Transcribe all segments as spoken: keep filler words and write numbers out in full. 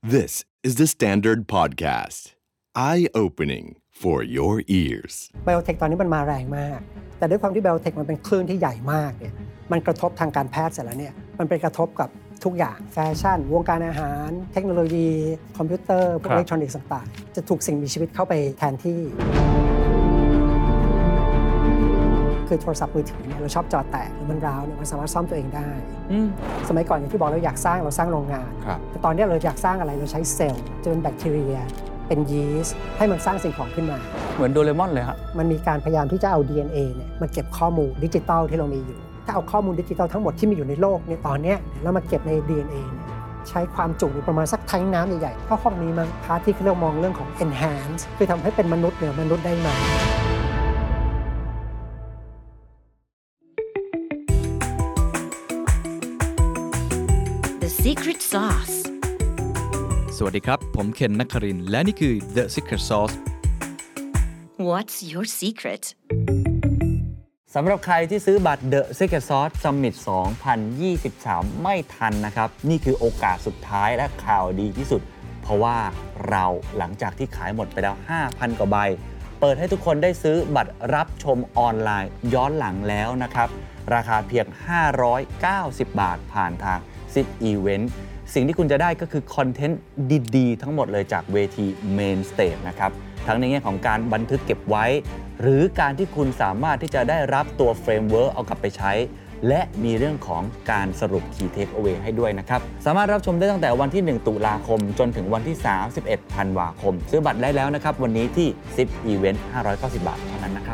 This is the Standard Podcast. Eye-opening for your ears. ไบโอเทคตอนนี้มันมาแรงมากแต่ด้วยความที่ไบโอเทคมันเป็นคลื่นที่ใหญ่มากเนี่ยมันกระทบทางการแพทย์เสร็จแล้วเนี่ยมันเป็นกระทบกับทุกอย่างแฟชั่นวงการอาหารเทคโนโลยีคอมพิวเตอร์พวกอิเล็กทรอนิกส์ต่างๆจะถูกสิ่งมีชีวิตเข้าไปแทนที่คือโทรศัพท์มือถือเนี่ยเราชอบจอแตกหรือมันร้าวเนี่ยมันสามารถซ่อมตัวเองได้สมัยก่อนอย่างที่บอกเราอยากสร้างเราสร้างโรงงานแต่ตอนนี้เราอยากสร้างอะไรเราใช้เซลล์จะเป็นแบคทีเรียเป็นยีสต์ให้มันสร้างสิ่งของขึ้นมาเหมือนโดเรมอนเลยครับมันมีการพยายามที่จะเอา ดี เอ็น เอ เนี่ยมาเก็บข้อมูลดิจิตอลที่เรามีอยู่ถ้าเอาข้อมูลดิจิตอลทั้งหมดที่มีอยู่ในโลกเนี่ยตอนนี้แล้วมาเก็บใน ดี เอ็น เอ เนี่ยใช้ความจุประมาณสักแทงน้ำใหญ่ๆเท่าห้องนี้มั้งพาร์ทที่เขาเรียกมองเรื่องของ enhance คือทำให้เป็นมนุษย์เนี่ยมนุษย์ได้ไหม Secret Sauce สวัสดีครับผมเคนนักครินทร์และนี่คือ The Secret Sauce What's your secret สำหรับใครที่ซื้อบัตร The Secret Sauce Summit สองพันยี่สิบสาม ไม่ทันนะครับนี่คือโอกาสสุดท้ายและข่าวดีที่สุดเพราะว่าเราหลังจากที่ขายหมดไปแล้ว ห้าพัน กว่าใบเปิดให้ทุกคนได้ซื้อบัตรรับชมออนไลน์ย้อนหลังแล้วนะครับราคาเพียงห้าร้อยเก้าสิบบาทผ่านทางซิปอีเวนต์สิ่งที่คุณจะได้ก็คือคอนเทนต์ดีๆทั้งหมดเลยจากเวที Main Stage นะครับทั้งในแง่ของการบันทึกเก็บไว้หรือการที่คุณสามารถที่จะได้รับตัวเฟรมเวิร์กเอากลับไปใช้และมีเรื่องของการสรุป Key Takeaway ให้ด้วยนะครับสามารถรับชมได้ตั้งแต่วันที่หนึ่งตุลาคมจนถึงวันที่สามสิบเอ็ดธันวาคมซื้อบัตรได้แล้วนะครับวันนี้ที่ ซิป Event ห้าร้อยเก้าสิบบาทเท่านั้นนะครับ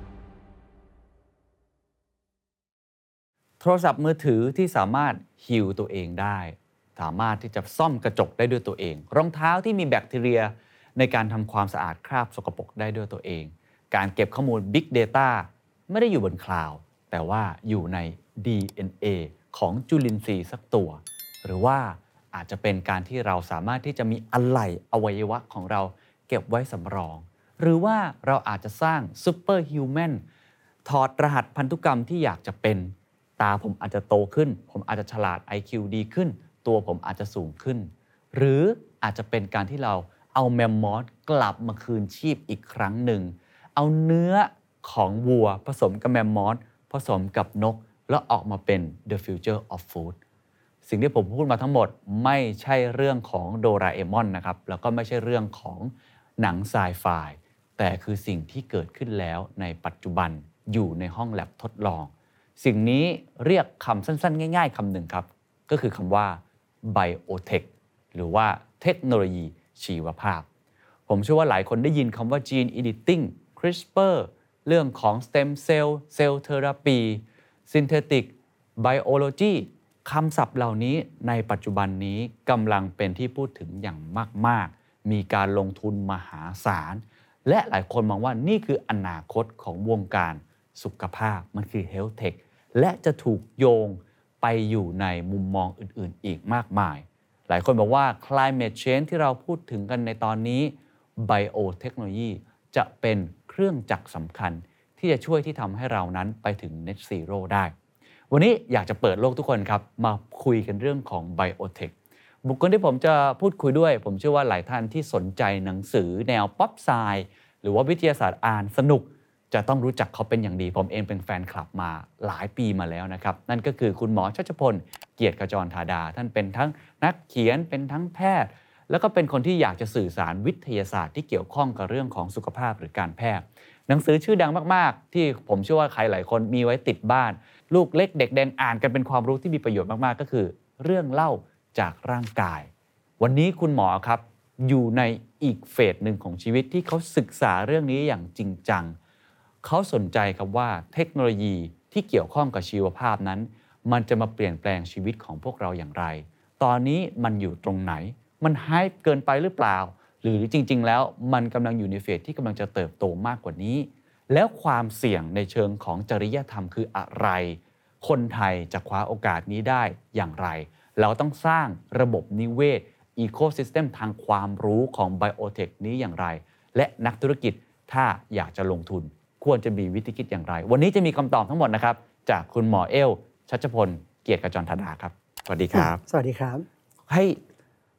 โทรศัพท์มือถือที่สามารถฮีลตัวเองได้สามารถที่จะซ่อมกระจกได้ด้วยตัวเองรองเท้าที่มีแบคทีเรียในการทำความสะอาดคราบสกปรกได้ด้วยตัวเองการเก็บข้อมูล Big Data ไม่ได้อยู่บนคลาวด์แต่ว่าอยู่ใน ดี เอ็น เอ ของจุลินทรีย์สักตัวหรือว่าอาจจะเป็นการที่เราสามารถที่จะมีอะไหล่อวัยวะของเราเก็บไว้สำรองหรือว่าเราอาจจะสร้าง Super Human ถอดรหัสพันธุกรรมที่อยากจะเป็นตาผมอาจจะโตขึ้นผมอาจจะฉลาด ไอ คิว ดีขึ้นตัวผมอาจจะสูงขึ้นหรืออาจจะเป็นการที่เราเอาแมมมอสกลับมาคืนชีพอีกครั้งหนึ่งเอาเนื้อของวัวผสมกับแมมมอสผสมกับนกแล้วออกมาเป็น The Future of Food สิ่งที่ผมพูดมาทั้งหมดไม่ใช่เรื่องของโดราเอมอนนะครับแล้วก็ไม่ใช่เรื่องของหนังไซไฟแต่คือสิ่งที่เกิดขึ้นแล้วในปัจจุบันอยู่ในห้องแลบทดลองสิ่งนี้เรียกคำสั้นๆง่ายๆคำหนึ่งครับก็คือคำว่า Biotech หรือว่าเทคโนโลยีชีวภาพผมเชื่อว่าหลายคนได้ยินคำว่า Gene Editing CRISPR เรื่องของ Stem Cell Cell Therapy Synthetic Biology คำศัพท์เหล่านี้ในปัจจุบันนี้กำลังเป็นที่พูดถึงอย่างมากๆมีการลงทุนมหาศาลและหลายคนมองว่านี่คืออนาคตของวงการสุขภาพมันคือ Health Tech และจะถูกโยงไปอยู่ในมุมมองอื่นๆอีกมากมายหลายคนบอกว่า climate change ที่เราพูดถึงกันในตอนนี้ biotechnology จะเป็นเครื่องจักรสำคัญที่จะช่วยที่ทำให้เรานั้นไปถึง net zero ได้วันนี้อยากจะเปิดโลกทุกคนครับมาคุยกันเรื่องของ biotech บุคคลที่ผมจะพูดคุยด้วยผมเชื่อว่าหลายท่านที่สนใจหนังสือแนว pop science หรือว่าวิทยาศาสตร์อ่านสนุกจะต้องรู้จักเขาเป็นอย่างดีผมเองเป็นแฟนคลับมาหลายปีมาแล้วนะครับนั่นก็คือคุณหมอชัชพลเกียรติขจรธาดาท่านเป็นทั้งนักเขียนเป็นทั้งแพทย์แล้วก็เป็นคนที่อยากจะสื่อสารวิทยาศาสตร์ที่เกี่ยวข้องกับเรื่องของสุขภาพหรือการแพทย์หนังสือชื่อดังมากๆที่ผมเชื่อว่าใครหลายคนมีไว้ติดบ้านลูกเล็กเด็กแดงอ่านกันเป็นความรู้ที่มีประโยชน์มากๆก็คือเรื่องเล่าจากร่างกายวันนี้คุณหมอครับอยู่ในอีกเฟสหนึ่งของชีวิตที่เขาศึกษาเรื่องนี้อย่างจริงจังเขาสนใจครับว่าเทคโนโลยีที่เกี่ยวข้องกับชีวภาพนั้นมันจะมาเปลี่ยนแปลงชีวิตของพวกเราอย่างไรตอนนี้มันอยู่ตรงไหนมันไฮป์เกินไปหรือเปล่าหรือจริงๆแล้วมันกำลังอยู่ในเฟสที่กำลังจะเติบโตมากกว่านี้แล้วความเสี่ยงในเชิงของจริยธรรมคืออะไรคนไทยจะคว้าโอกาสนี้ได้อย่างไรเราต้องสร้างระบบนิเวศอีโคซิสเต็มทางความรู้ของไบโอเทคนี้อย่างไรและนักธุรกิจถ้าอยากจะลงทุนควรจะมีวิธีคิดอย่างไรวันนี้จะมีคำตอบทั้งหมดนะครับจากคุณหมอเอลชัชพลเกียรติขจรธาดาครับสวัสดีครับสวัสดีครับให้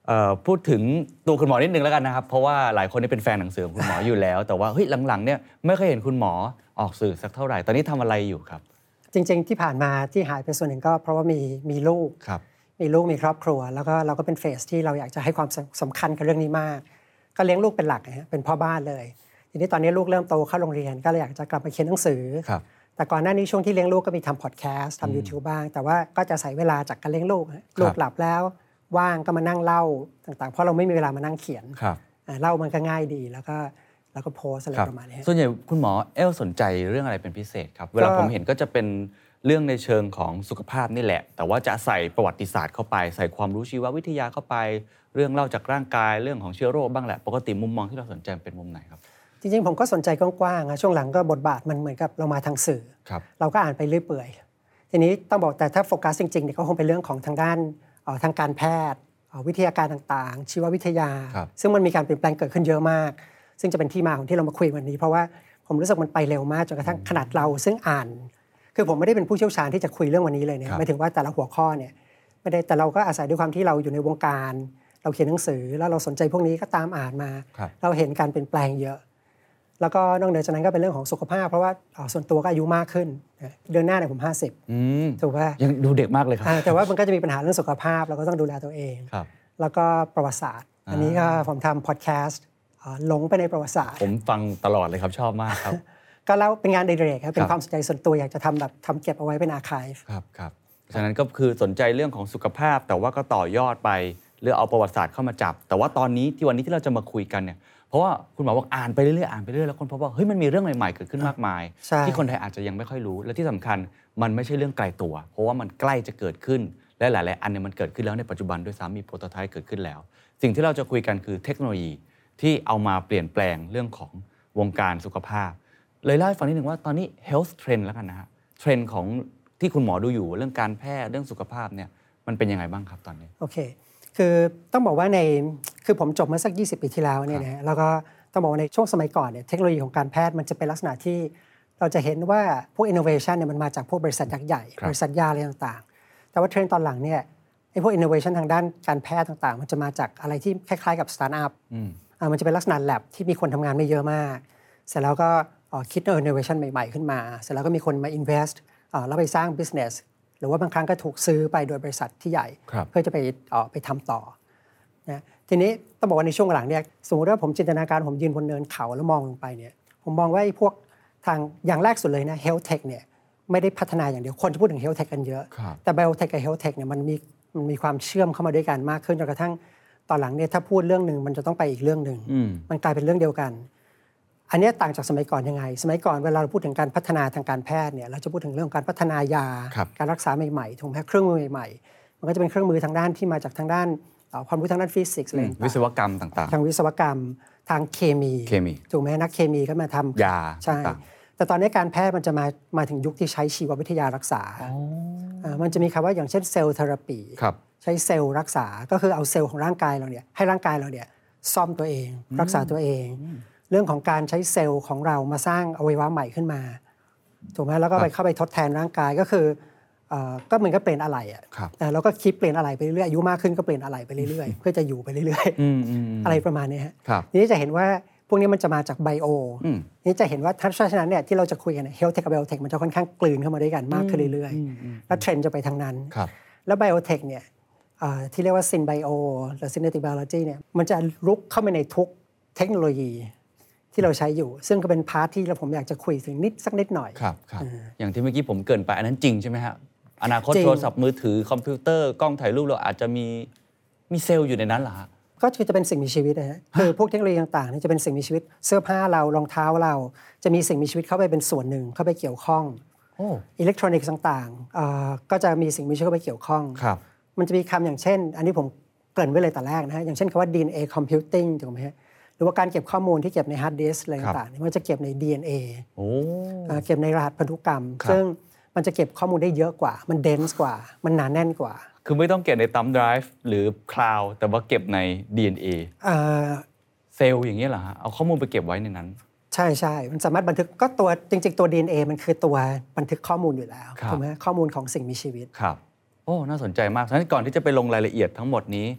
เอ่อพูดถึงตัวคุณหมอนิดนึงแล้วกันนะครับเพราะว่าหลายคนนี่เป็นแฟนหนังสือของคุณหมออยู่แล้ว แต่ว่าเฮ้ยหลังๆเนี่ยไม่เคยเห็นคุณหมอออกสื่อสักเท่าไหร่ตอนนี้ทำอะไรอยู่ครับจริงๆที่ผ่านมาที่หายไปส่วนหนึ่งก็เพราะว่ามีมีลูกมีลูกมีครอบครัวแล้วก็เราก็เป็นเฟสที่เราอยากจะให้ความสำคัญกับเรื่องนี้มากก็เลี้ยงลูกเป็นหลักนะฮะเป็นพ่อบ้านเลยทีนี้ตอนนี้ลูกเริ่มโตเข้าโรงเรียนก็เลยอยากจะกลับมาเขียนหนังสือแต่ก่อนหน้านี้ช่วงที่เลี้ยงลูกก็มีทำพอดแคสต์ทำ YouTube บ้างแต่ว่าก็จะใส่เวลาจากการเลี้ยงลูกลูกหลับแล้วว่างก็มานั่งเล่าต่างๆเพราะเราไม่มีเวลามานั่งเขียนเล่ามันก็ง่ายดีแล้วก็แล้วก็โพสอะไรประมาณนี้ส่วนใหญ่คุณหมอเอลสนใจเรื่องอะไรเป็นพิเศษครับเวลาผมเห็นก็จะเป็นเรื่องในเชิงของสุขภาพนี่แหละแต่ว่าจะใส่ประวัติศาสตร์เข้าไปใส่ความรู้ชีววิทยาเข้าไปเรื่องเล่าจากร่างกายเรื่องของเชื้อโรคบ้างแหละปกติมุมมองที่เราสนใจเป็นมุมไหนครับจริงๆผมก็สนใจกว้างๆนะช่วงหลังก็บทบาทมันเหมือนกับเรามาทางสื่อเราก็อ่านไปเรื่อยเปื่อยทีนี้ต้องบอกแต่ถ้าโฟกัสจริงๆเนี่ยก็คงเป็นเรื่องของทางด้านทางการแพทย์วิทยาการต่างๆชีววิทยาซึ่งมันมีการเปลี่ยนแปลงเกิดขึ้นเยอะมากซึ่งจะเป็นที่มาของที่เรามาคุยวันนี้เพราะว่าผมรู้สึกมันไปเร็วมากจนกระทั่งขนาดเราซึ่งอ่านคือผมไม่ได้เป็นผู้เชี่ยวชาญที่จะคุยเรื่องวันนี้เลยเนี่ยหมายถึงว่าแต่ละหัวข้อเนี่ยไม่ได้แต่เราก็อาศัยด้วยความที่เราอยู่ในวงการเราเขียนหนังสือแล้วเราสนใจพวกนี้ก็ตามอ่านมาเราเห็นการเปลี่ยนแปลงเยอะแล้วก็นอกเหนือจากนั้นก็เป็นเรื่องของสุขภาพเพราะว่าส่วนตัวก็อายุมากขึ้นเดือนหน้าเนี่ยผมห้าสิบถูกป่ะยังดูเด็กมากเลยครับแต่ว่ามันก็จะมีปัญหาเรื่องสุขภาพเราก็ต้องดูแลตัวเองแล้วก็ประวัติศาสตร์อันนี้ก็ผมทำพอดแคสต์หลงไปในประวัติศาสตร์ผมฟังตลอดเลยครับชอบมากครับก็แล้วเป็นงานอดิเรกครับเป็นความสนใจส่วนตัวอยากจะทำแบบทำเก็บเอาไว้เป็นอาร์ไคฟ์ครับครับฉะนั้นก็คือสนใจเรื่องของสุขภาพแต่ว่าก็ต่อยอดไปเรื่องเอาประวัติศาสตร์เข้ามาจับแต่ว่าตอนนี้ที่วันนี้ที่เราจะมาคุยกันเนี่ยเพราะว่าคุณหมอบอกอ่านไปเรื่อยๆอ่านไปเรื่อยแล้วคนพบว่าเฮ้ยมันมีเรื่องใหม่ๆเกิดขึ้นมากมายที่คนไทยอาจจะยังไม่ค่อยรู้และที่สำคัญมันไม่ใช่เรื่องไกลตัวเพราะว่ามันใกล้จะเกิดขึ้นและหลายๆอันเนี่ยมันเกิดขึ้นแล้วในปัจจุบันด้วยซ้ำมีโปรโตไทป์เกิดขึ้นแล้วสิ่งที่เราจะคุยกันคือเทคโนโลยีที่เอามาเปลี่ยนแปลงเรื่องของวงการสุขภาพเลยเล่าให้ฟังนิดนึงว่าตอนนี้ health trend แล้วกันนะฮะเทรนด์ของที่คุณหมอดูอยู่เรื่องการแพทย์เรื่องสุขภาพเนี่ยมันเป็นยังไงบ้างครับตอนนี้โอเคคือต้องบอกว่าในคือผมจบมาสักยี่สิบปีที่แล้วเนี่ยนะแล้วก็ต้องบอกว่าในช่วงสมัยก่อนเนี่ยเทคโนโลยีของการแพทย์มันจะเป็นลักษณะที่เราจะเห็นว่าพวก innovation เนี่ยมันมาจากพวกบริษัทยักษ์ใหญ่บริษัทยาอะไรต่างๆแต่ว่าเทรนด์ตอนหลังเนี่ยไอ้พวก innovation ทางด้านการแพทย์ต่างๆมันจะมาจากอะไรที่คล้ายๆกับสตาร์ทอัพมันจะเป็นลักษณะ lab ที่มีคนทำงานไม่เยอะมากเสร็จแล้วก็คิด innovation ใหม่ๆขึ้นมาเสร็จแล้วก็มีคนมา invest แล้วไปสร้าง business หรือว่าบางครั้งก็ถูกซื้อไปโดยบริษัทที่ใหญ่เพื่อจะไปไปทำต่อนะทีนี้ต้องบอกว่าในช่วงหลังเนี่ยสมมติว่าผมจินตนาการผมยืนบนเนินเขาแล้วมองลงไปเนี่ยผมมองว่าไอ้พวกทางอย่างแรกสุดเลยนะ health tech เนี่ยไม่ได้พัฒนาอย่างเดียวคนจะพูดถึง health tech กันเยอะแต่ biotech กับ health tech เนี่ยมันมีมันมีความเชื่อมเข้ามาด้วยกันมากขึ้นจนกระทั่งตอนหลังเนี่ยถ้าพูดเรื่องนึงมันจะต้องไปอีกเรื่องนึงมันกลายเป็นเรื่องเดียวกันอันนี้ต่างจากสมัยก่อนยังไงสมัยก่อนเวลาเราพูดถึงการพัฒนาทางการแพทย์เนี่ยเราจะพูดถึงเรื่องการพัฒนายาการรักษาใหม่ๆถูกไหมเครื่องมือใหม่ๆมันก็จะเป็นเครื่องมือทางด้านที่มาจากทางด้านความรู้ทางด้านฟิสิกส์อะไรต่างๆวิศวกรรมต่างๆทางวิศวกรรมทางเคมีถูกไหมนักเคมีก็มาทำยาใช่แต่ตอนนี้การแพทย์มันจะมามาถึงยุคที่ใช้ชีววิทยารักษามันจะมีคำว่าอย่างเช่นเซลล์เทอราปีใช้เซลล์รักษาก็คือเอาเซลล์ของร่างกายเราเนี่ยให้ร่างกายเราเนี่ยซ่อมตัวเองรักษาตัวเองเรื่องของการใช้เซลล์ของเรามาสร้างอวัยวะใหม่ขึ้นมาถูกไหมแล้วก็ไปเข้าไปทดแทนร่างกายก็คือก็เหมือนกับเปลี่ยนอะไรอ่ะแล้วก็คิดเปลี่ยนอะไรไปเรื่อยอายุมากขึ้นก็เปลี่ยนอะไรไปเรื่อยๆเพื่อจะอยู่ไปเรื่อยๆอะไรประมาณนี้ฮะนี่จะเห็นว่าพวกนี้มันจะมาจากไบโอนี่จะเห็นว่าทัศน์ฉะนั้นเนี่ยที่เราจะคุยกันเฮลท์เทคกับไบโอเทคมันจะค่อนข้างกลืนเข้ามาด้วยกันมากขึ้นเรื่อยๆแล้วเทรนด์จะไปทางนั้นแล้วไบโอเทคเนี่ยที่เรียกว่าซินไบโอหรือซินเนติกไบโอโลจีเนี่ยมันจะลุกเข้าไปในทุกเทคโนโลยีที่เราใช้อยู่ซึ่งก็เป็นพาร์ทที่ผมอยากจะคุยถึงนิดสักนิดหน่อยครับครับอย่างที่เมื่อกี้ผมเกริ่นไปอันนั้นจริงใช่ไหมฮะอนาคตโทรศัพท์มือถือคอมพิวเตอร์กล้องถ่ายรูปเราอาจจะมีมีเซลล์อยู่ในนั้นเหรอฮะก็คือจะเป็นสิ่งมีชีวิตนะฮะคือพวกเทคโนโลยีต่างๆนี่จะเป็นสิ่งมีชีวิตเสื้อผ้าเรารองเท้าเราจะมีสิ่งมีชีวิตเข้าไปเป็นส่วนหนึ่งเข้าไปเกี่ยวข้องอิเล็กทรอนิกส์ต่างๆก็จะมีสิ่งมีชีวิตเข้าไปเกี่ยวข้องมันจะมีคำอย่างเช่นอันนี้ผมเกริ่นไว้เลยแต่แรกนะฮะอย่างเช่นคำว่า ดี เอ็น เอ computing ถูกไหมฮะหรือว่าการเก็บข้อมูลที่เก็บในฮาร์ดดิสก์อะไรต่างๆมันจะเก็บใน ดี เอ็น เอ เก็บในรหัสพันธุกรรมซึ่งมันจะเก็บข้อมูลได้เยอะกว่ามัน dense กว่ามันหนาแน่นกว่าคือไม่ต้องเก็บใน thumb drive หรือ cloud แต่ว่าเก็บใน ดี เอ็น เอ เซลล์อย่างนี้เหรอฮะเอาข้อมูลไปเก็บไว้ในนั้นใช่ใช่มันสามารถบันทึกก็ตัวจริงๆตัว ดี เอ็น เอ มันคือตัวบันทึกข้อมูลอยู่แล้วถูกไหมข้อมูลของสิ่งมีชีวิตครับโอ้น่าสนใจมากฉะนั้นก่อนที่จะไปลงรายละเอียดทั้งหมดนี้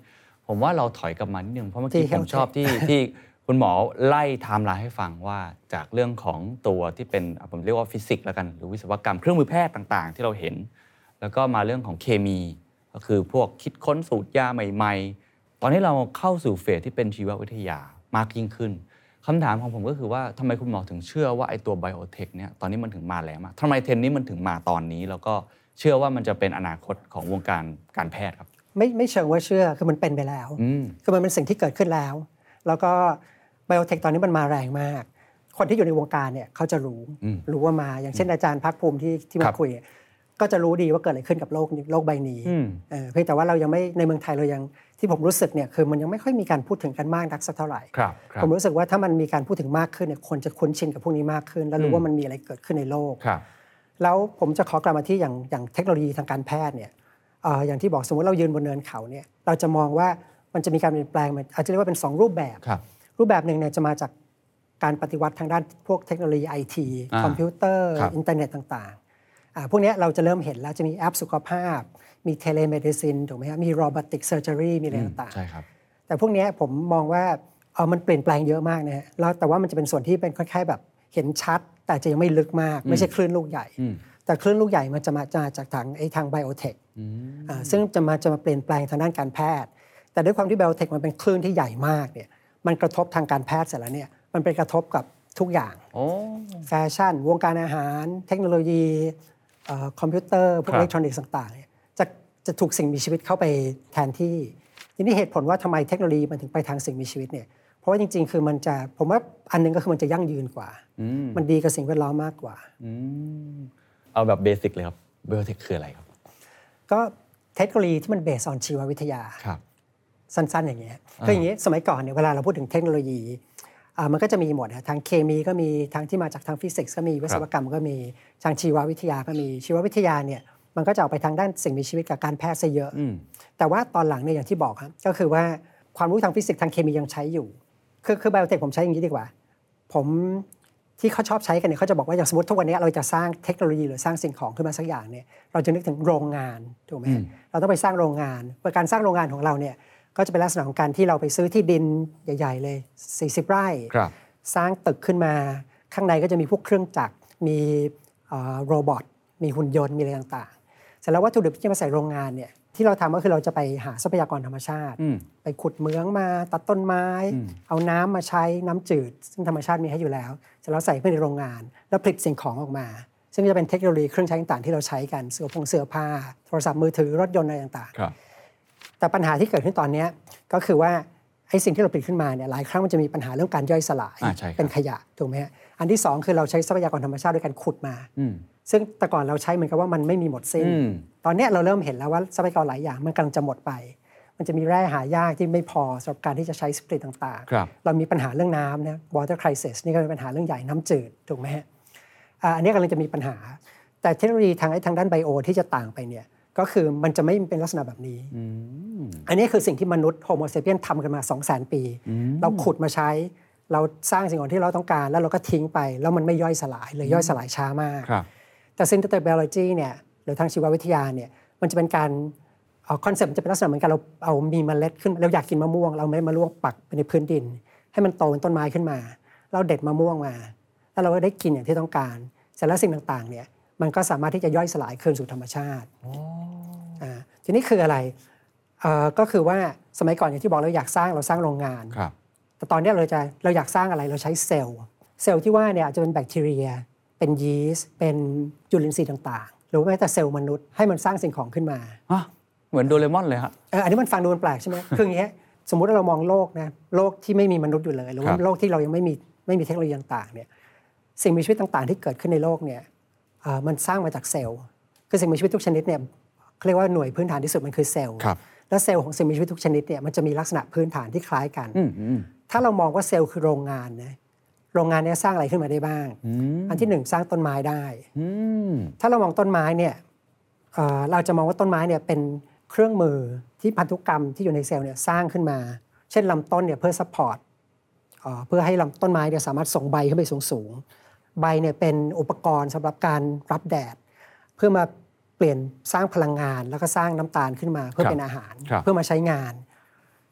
ผมว่าเราถอยกลับมานิดนึงเพราะเมื่อกี้ที่ผมชอบที่ที่คุณหมอไล่ไทม์ไลน์ให้ฟังว่าจากเรื่องของตัวที่เป็นผมเรียกว่าฟิสิกส์แล้วกันหรือวิศวกรรมเครื่องมือแพทย์ต่างๆที่เราเห็นแล้วก็มาเรื่องของเคมีก็คือพวกคิดค้นสูตรยาใหม่ๆตอนนี้เราเข้าสู่เฟสที่เป็นชีววิทยามากยิ่งขึ้นคำถามของผมก็คือว่าทำไมคุณหมอถึงเชื่อว่าไอ้ตัวไบโอเทคเนี่ยตอนนี้มันถึงมาแรงมากทำไมเทรนด์นี้มันถึงมาตอนนี้แล้วก็เชื่อว่ามันจะเป็นอนาคตของวงการการแพทย์ครับไม่ไม่เชิงว่าเชื่อคือมันเป็นไปแล้วคือมันเป็นสิ่งที่เกิดขึ้นแล้วแล้วก็ไบโอเทคตอนนี้มันมาแรงมากคนที่อยู่ในวงการเนี่ยเขาจะรู้รู้ว่ามาอย่างเช่นอาจารย์ภาคภูมิที่ที่มาคุยก็จะรู้ดีว่าเกิดอะไรขึ้นกับโลกโลกใบนี้เออเพียงแต่ว่าเรายังไม่ในเมืองไทยเรายังที่ผมรู้สึกเนี่ยคือมันยังไม่ค่อยมีการพูดถึงกันมากนักสักเท่าไหร่ผมรู้สึกว่าถ้ามันมีการพูดถึงมากขึ้นเนี่ยคนจะคุ้นชินกับพวกนี้มากขึ้นแล้วรู้ว่ามันมีอะไรเกิดขึ้นในโลกแล้วผมจะขอกลับมาที่อย่างอย่างเทคโนโลยีทางการแพทย์เนี่ยเอ่ออย่างที่บอกสมมติเรายืนบนเนินเขาเนี่ยเราจะมองว่ามันจะมีการเปลี่ยนแปลงมันอาจจะเรียกว่าเป็นสองรูปแบบรูปแบบหนึ่งเนี่ยจะมาจากการปฏิวัติทางด้านพวกเทคโนโลยี ไอ ที คอมพิวเตอร์อินเทอร์เน็ตต่างๆพวกนี้เราจะเริ่มเห็นแล้วจะมีแอปสุขภาพมีเทเลเมดิซินถูกไหมครับมีโรบอติกเซอร์เจอรี่มีอะไรต่างๆใช่ครับแต่พวกนี้ผมมองว่าเออมันเปลี่ยนแปลงเยอะมากนะฮะแล้วแต่ว่ามันจะเป็นส่วนที่เป็นค่อยๆแบบเห็นชัดแต่จะยังไม่ลึกมากไม่ใช่คลื่นลูกใหญ่แต่คลื่นลูกใหญ่มันจะมาจากทางไอ้ทางไบโอเทคซึ่งจะมาจะมาเปลี่ยนแปลงทางด้านการแพทย์แต่ด้วยความที่ไบโอเทคมันเป็นคลื่นที่ใหญ่มากเนี่ยมันกระทบทางการแพทย์เสร็จแล้วเนี่ยมันเป็นกระทบกับทุกอย่างแฟชั่นวงการอาหารเทคโนโลยีคอมพิวเตอร์พวกอิเล็กทรอนิกส์ต่างๆเนี่ยจะจะถูกสิ่งมีชีวิตเข้าไปแทนที่ทีนี้เหตุผลว่าทำไมเทคโนโลยีมันถึงไปทางสิ่งมีชีวิตเนี่ยเพราะว่าจริงๆคือมันจะผมว่าอันนึงก็คือมันจะยั่งยืนกว่ามันดีกับสิ่งแวดล้อมมากกว่าเอาแบบเบสิกเลยครับไบโอเทคคืออะไรครับก็เทคโนโลยีที่มันเบสออนชีววิทยาสั้นๆอย่างเงี้ยคืออย่างนี้สมัยก่อนเนี่ยเวลาเราพูดถึงเทคโนโลยีมันก็จะมีหมดนะทางเคมีก็มีทางที่มาจากทางฟิสิกส์ก็มีวิศวกรรมก็มีทางชีววิทยาก็มีชีววิทยาเนี่ยมันก็จะออกไปทางด้านสิ่งมีชีวิตกับการแพทย์ซะเยอะแต่ว่าตอนหลังเนี่ยอย่างที่บอกครับก็คือว่าความรู้ทางฟิสิกส์ทางเคมียังใช้อยู่คือคือไบโอเทคผมใช้อย่างนี้ดีกว่าผมที่เขาชอบใช้กันเนี่ยเขาจะบอกว่าอย่างสมมติทุกวันนี้เราจะสร้างเทคโนโลยีหรือสร้างสิ่งของขึ้นมาสักอย่างเนี่ยเราจะนึกถึงโรงงานถูกไหมเราต้องไปสร้างโรงงานการสร้างโรงงานของเราเนี่ยก็จะเป็นลักษณะของการที่เราไปซื้อที่ดินใหญ่ๆเลยสี่สิบไร่สร้างตึกขึ้นมาข้างในก็จะมีพวกเครื่องจักรมีโรบอทมีหุ่นยนต์มีอะไรต่างๆเสร็จแล้ววัตถุดิบที่จะมาใส่โรงงานเนี่ยที่เราทำก็คือเราจะไปหาทรัพยากรธรรมชาติไปขุดเหมืองมาตัดต้นไม้เอาน้ำมาใช้น้ำจืดซึ่งธรรมชาติมีให้อยู่แล้วเสร็จแล้วใส่ไปในโรงงานแล้วผลิตสิ่งของออกมาซึ่งจะเป็นเทคโนโลยีเครื่องใช้ต่างๆที่เราใช้กันเสื้อผงเสื้อผ้าโทรศัพท์มือถือรถยนต์อะไรต่างๆแต่ปัญหาที่เกิดขึ้นตอนนี้ก็คือว่าไอ้สิ่งที่เราผลิตขึ้นมาเนี่ยหลายครั้งมันจะมีปัญหาเรื่องการย่อยสลายเป็นขยะถูกไหมฮะอันที่สองคือเราใช้ทรัพยากรธรรมชาติด้วยการขุดมาซึ่งแต่ก่อนเราใช้เหมือนกับว่ามันไม่มีหมดสิ้นตอนนี้เราเริ่มเห็นแล้วว่าทรัพยากรหลายอย่างมันกำลังจะหมดไปมันจะมีแร่หายากที่ไม่พอสำหรับการที่จะใช้ผลิตต่างๆเรามีปัญหาเรื่องน้ำนะ water crisis นี่ก็เป็นปัญหาเรื่องใหญ่น้ำจืดถูกไหมฮะอันนี้กำลังจะมีปัญหาแต่เทคโนโลยีทางทางด้านไบโอที่จะต่างไปเนี่ยก็คือมันจะไม่เป็นลักษณะแบบนี้อันนี้คือสิ่งที่มนุษย์โฮโมเซเปียนทำกันมา สองแสน ปีเราขุดมาใช้เราสร้างสิ่งของที่เราต้องการแล้วเราก็ทิ้งไปแล้วมันไม่ย่อยสลายหรือย่อยสลายช้ามากแต่ synthetic biology เนี่ยหรือทางชีววิทยาเนี่ยมันจะเป็นการคอนเซ็ปต์มันจะเป็นลักษณะเหมือนกันเราเอามีเมล็ดขึ้นเราอยากกินมะม่วงเราไม่มะม่วงปักไปในพื้นดินให้มันโตเป็นต้นไม้ขึ้นมาเราเด็ดมะม่วงมาแล้วเราก็ได้กินอย่างที่ต้องการเสร็จแล้วสิ่งต่างๆเนี่ยมันก็สามารถที่จะย่อยสลายคืนสู่ธรรมชาติอ่าทีนี้คืออะไรก็คือว่าสมัยก่อนอย่างที่บอกเราอยากสร้างเราสร้างโรงงานแต่ตอนนี้เราจะเราอยากสร้างอะไรเราใช้เซลล์เซลล์ที่ว่าเนี่ยอาจจะเป็นแบคทีเรียเป็นยีสต์เป็นจุลินทรีย์ต่างๆหรือแม้แต่เซลล์มนุษย์ให้มันสร้างสิ่งของขึ้นมาเหมือนโดเรมอนเลยครับเอออันนี้มันฟังดูมันแปลกใช่ไหม คืออย่างเงี้ยสมมุติว่าเรามองโลกนะโลกที่ไม่มีมนุษย์อยู่เลยหรือว่าโลกที่เรายังไม่มีไม่มีเทคโนโลยีต่างๆเนี่ยสิ่งมีชีวิตต่างๆที่เกิดขึ้นในโลกเนี่ยมันสร้างมาจากเซลล์คือสิ่งมีชีวิตทุกชนิดเนี่ยเขาเรียกว่าหน่วยพื้นฐานที่สุดมันคือเซลล์และเซลล์ของสิ่งมีชีวิตทุกชนิดเนี่ยมันจะมีลักษณะพื้นฐานที่คล้ายกันถ้าเรามองว่าเซลล์คือโรงงานนะโรงงานนี้สร้างอะไรขึ้นมาได้บ้างอันที่หนึ่งสร้างต้นไม้ได้ถ้าเรามองต้นไม้เนี่ยเราจะมองว่าต้นไม้เนี่ยเป็นเครื่องมือที่พันธุกรรมที่อยู่ในเซลล์เนี่ยสร้างขึ้นมาเช่นลำต้นเนี่ยเพื่อซัพพอร์ตเพื่อให้ลำต้นไม้เนี่ยสามารถส่งใบขึ้นไปสูงๆใบเนี่ยเป็นอุปกรณ์สำหรับการรับแดดเพื่อมาเปลี่ยนสร้างพลังงานแล้วก็สร้างน้ำตาลขึ้นมาเพื่อเป็นอาหารเพื่อมาใช้งาน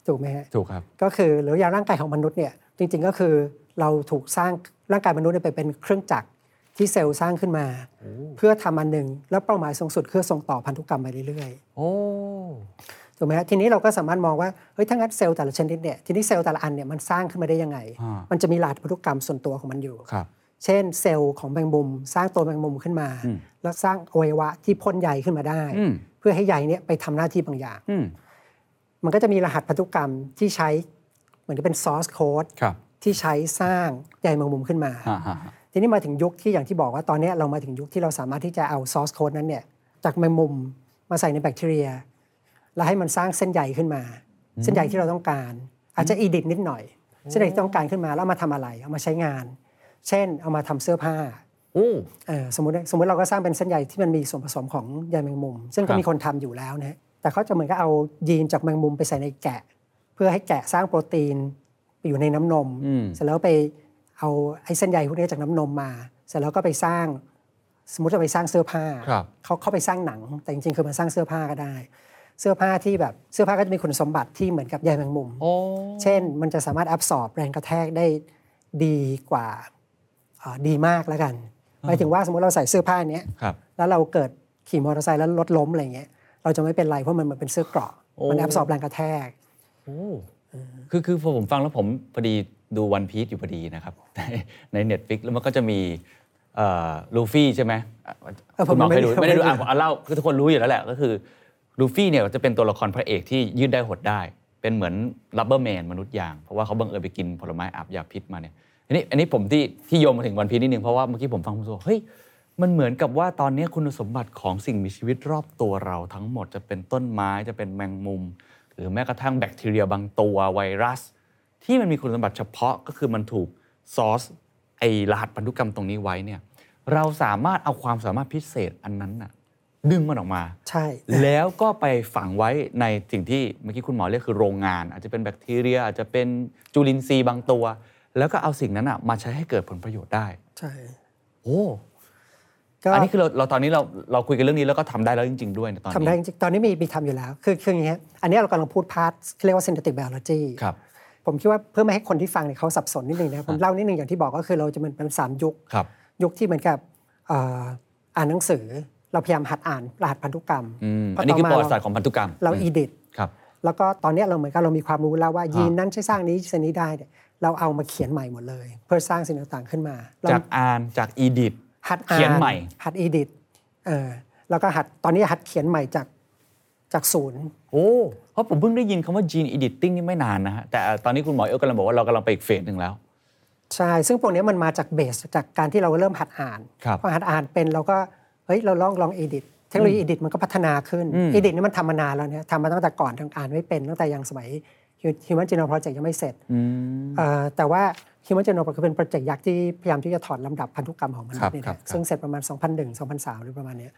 ถูกไหมฮะถูกครับก็คือหรืออย่างร่างกายของมนุษย์เนี่ยจริงๆก็คือเราถูกสร้างร่างกายมนุษย์ไปเป็นเครื่องจักรที่เซลล์สร้างขึ้นมาเพื่อทำอันหนึ่งแล้วเป้าหมายสูงสุดคือส่งต่อพันธุกรรมไปเรื่อยๆโอ้ถูกไหมฮะทีนี้เราก็สามารถมองว่าเฮ้ยถ้างั้นเซลล์แต่ละชนิดเนี่ยทีนี้เซลล์แต่ละอันเนี่ยมันสร้างขึ้นมาได้ยังไงมันจะมีรหัสพันธุกรรมส่วนตัวของมันอยู่เช่นเซลล์ของแมงมุมสร้างตัวแมงมุมขึ้นมาแล้วสร้างอวัยวะที่พ่นใยขึ้นมาได้เพื่อให้ใยเนี่ยไปทำหน้าที่บางอย่างมันก็จะมีรหัสพันธุกรรมที่ใช้เหมือนกับเป็น source code ที่ใช้สร้างใยแมงมุมขึ้นมาทีนี้มาถึงยุคที่อย่างที่บอกว่าตอนนี้เรามาถึงยุคที่เราสามารถที่จะเอา source code นั้นเนี่ยจากแมงมุมมาใส่ในแบคทีเรียแล้วให้มันสร้างเส้นใยขึ้นมาเส้นใยที่เราต้องการอาจจะ edit นิดหน่อยเส้นใยที่ต้องการขึ้นมาแล้วมาทำอะไรเอามาใช้งานเช่นเอามาทำเสื้อผ้าเออสมมติสมมติเราก็สร้างเป็นเส้นใยที่มันมีส่วนผสมของใยแมงมุมซึ่งก็มีคนทำอยู่แล้วนะแต่เขาจะเหมือนกับเอายีนจากแมงมุมไปใส่ในแกะเพื่อให้แกะสร้างโปรตีนไปอยู่ในน้ำนมเสร็จแล้วไปเอาไอ้เส้นใยพวกนี้จากน้ำนมมาเสร็จแล้วก็ไปสร้างสมมติจะไปสร้างเสื้อผ้าเขาเข้าไปสร้างหนังแต่จริงๆคือมาสร้างเสื้อผ้าก็ได้เสื้อผ้าที่แบบเสื้อผ้าก็จะมีคุณสมบัติที่เหมือนกับใยแมงมุมเช่นมันจะสามารถแอบซอร์บแรงกระแทกได้ดีกว่าดีมากแล้วกันหมายถึงว่าสมมติเราใส่เสื้อผ้านี้แล้วเราเกิดขี่มอเตอร์ไซค์แล้วรถล้มอะไรเงี้ยเราจะไม่เป็นไรเพราะมันมันเป็นเสื้อเกราะมันแอบซอร์บแรงกระแทกคือคือพอผมฟังแล้วผมพอดีดูวันพีซอยู่พอดีนะครับใน Netflix แล้วมันก็จะมีลูฟี่ใช่ไหมคุณหมอเคยดูไม่ได้ดูอ่านผมเล่าคือทุกคนรู้อยู่แล้วแหละก็คือลูฟี่เนี่ยจะเป็นตัวละครพระเอกที่ยืดได้หดได้เป็นเหมือนลับเบอร์แมนมนุษย์ยางเพราะว่าเขาบังเอิญไปกินผลไม้อาบยาพิษมาเนี่ยอันนี้อันนี้ผมที่ที่โยงมาถึงวันพีซนิดนึงเพราะว่าเมื่อกี้ผมฟังผมรู้เฮ้ยมันเหมือนกับว่าตอนนี้คุณสมบัติของสิ่งมีชีวิตรอบตัวเราทั้งหมดจะเป็นต้นไม้จะเป็นแมงมุมหรือแม้กระทั่งแบคทีเรียบางตัวไวรัสที่มันมีคุณสมบัติเฉพาะก็คือมันถูกซอร์สไอ้รหัสพันธุกรรมตรงนี้ไว้เนี่ยเราสามารถเอาความสามารถพิเศษอันนั้นน่ะดึงมันออกมาใช่แล้วก็ไปฝังไว้ในสิ่งที่เมื่อกี้คุณหมอเรียกคือโรงงานอาจจะเป็นแบคทีเรียอาจจะเป็นจุลินทรีย์บางตัวแล้วก็เอาสิ่งนั้นอ่ะมาใช้ให้เกิดผลประโยชน์ได้ใช่โอ้อันนี้คือเราเราตอนนี้เราเราคุยกันเรื่องนี้แล้วก็ทำได้แล้วจริงๆด้วยในตอนนี้ทำได้จริงๆตอนนี้มีมีทำอยู่แล้วคือคืออย่างเงี้ยอันนี้เรากำลังพูดพาร์ทเรียกว่า synthetic biology ครับผมคิดว่าเพื่อไม่ให้คนที่ฟังเนี่ยเขาสับสนนิดนึงนะผมเล่านิดนึงอย่างที่บอกก็คือเราจะมันเป็นสามยุคยุคที่เหมือนกับอ่านหนังสือเราพยายามหัดอ่านรหัสพันธุกรรมอันนี้คือประวัติศาสตร์ของพันธุกรรมเรา edit แล้วก็ตอนนี้เราเหมือนกับเรามีความรู้แล้วว่ายีนนั้นใช้สร้างนี้ชนิดได้เนี่ยเราเอามาเขียนใหม่หมดเลยเพื่อสร้างสิ่งต่างๆขึ้นมาจากอ่านจาก edit หัดอ่านเขียนใหม่หัด edit เออแล้วก็หัดตอนนี้หัดเขียนใหม่จากจากศูนย์โอ้เพราะผมเพิ่งได้ยินคำว่า gene editing นี่ไม่นานนะฮะแต่ตอนนี้คุณหมอเอ๋กำลังบอกว่าเรากำลังไปอีกเฟสหนึ่งแล้วใช่ซึ่งพวกนี้มันมาจากเบสจากการที่เราเริ่มหัดอ่านพอหัดอ่านเป็นเราก็เฮ้ยเราลองลอง edit เทคโนโลยี edit มันก็พัฒนาขึ้น edit นี่มันทำมานานแล้วเนี่ยทำมาตั้งแต่ก่อนทางอ่านไม่เป็นตั้งแต่ยังสมัย Human Genome Project ยังไม่เสร็จแต่ว่า Human Genome Project เป็นโปรเจกต์ยักษ์ที่พยายามที่จะถอดลำดับพันธุกรรมของมนุษย์เนี่ยซึ่งเสร็จประมาณ สองพันหนึ่ง สองพันสาม หรือประมาณนี้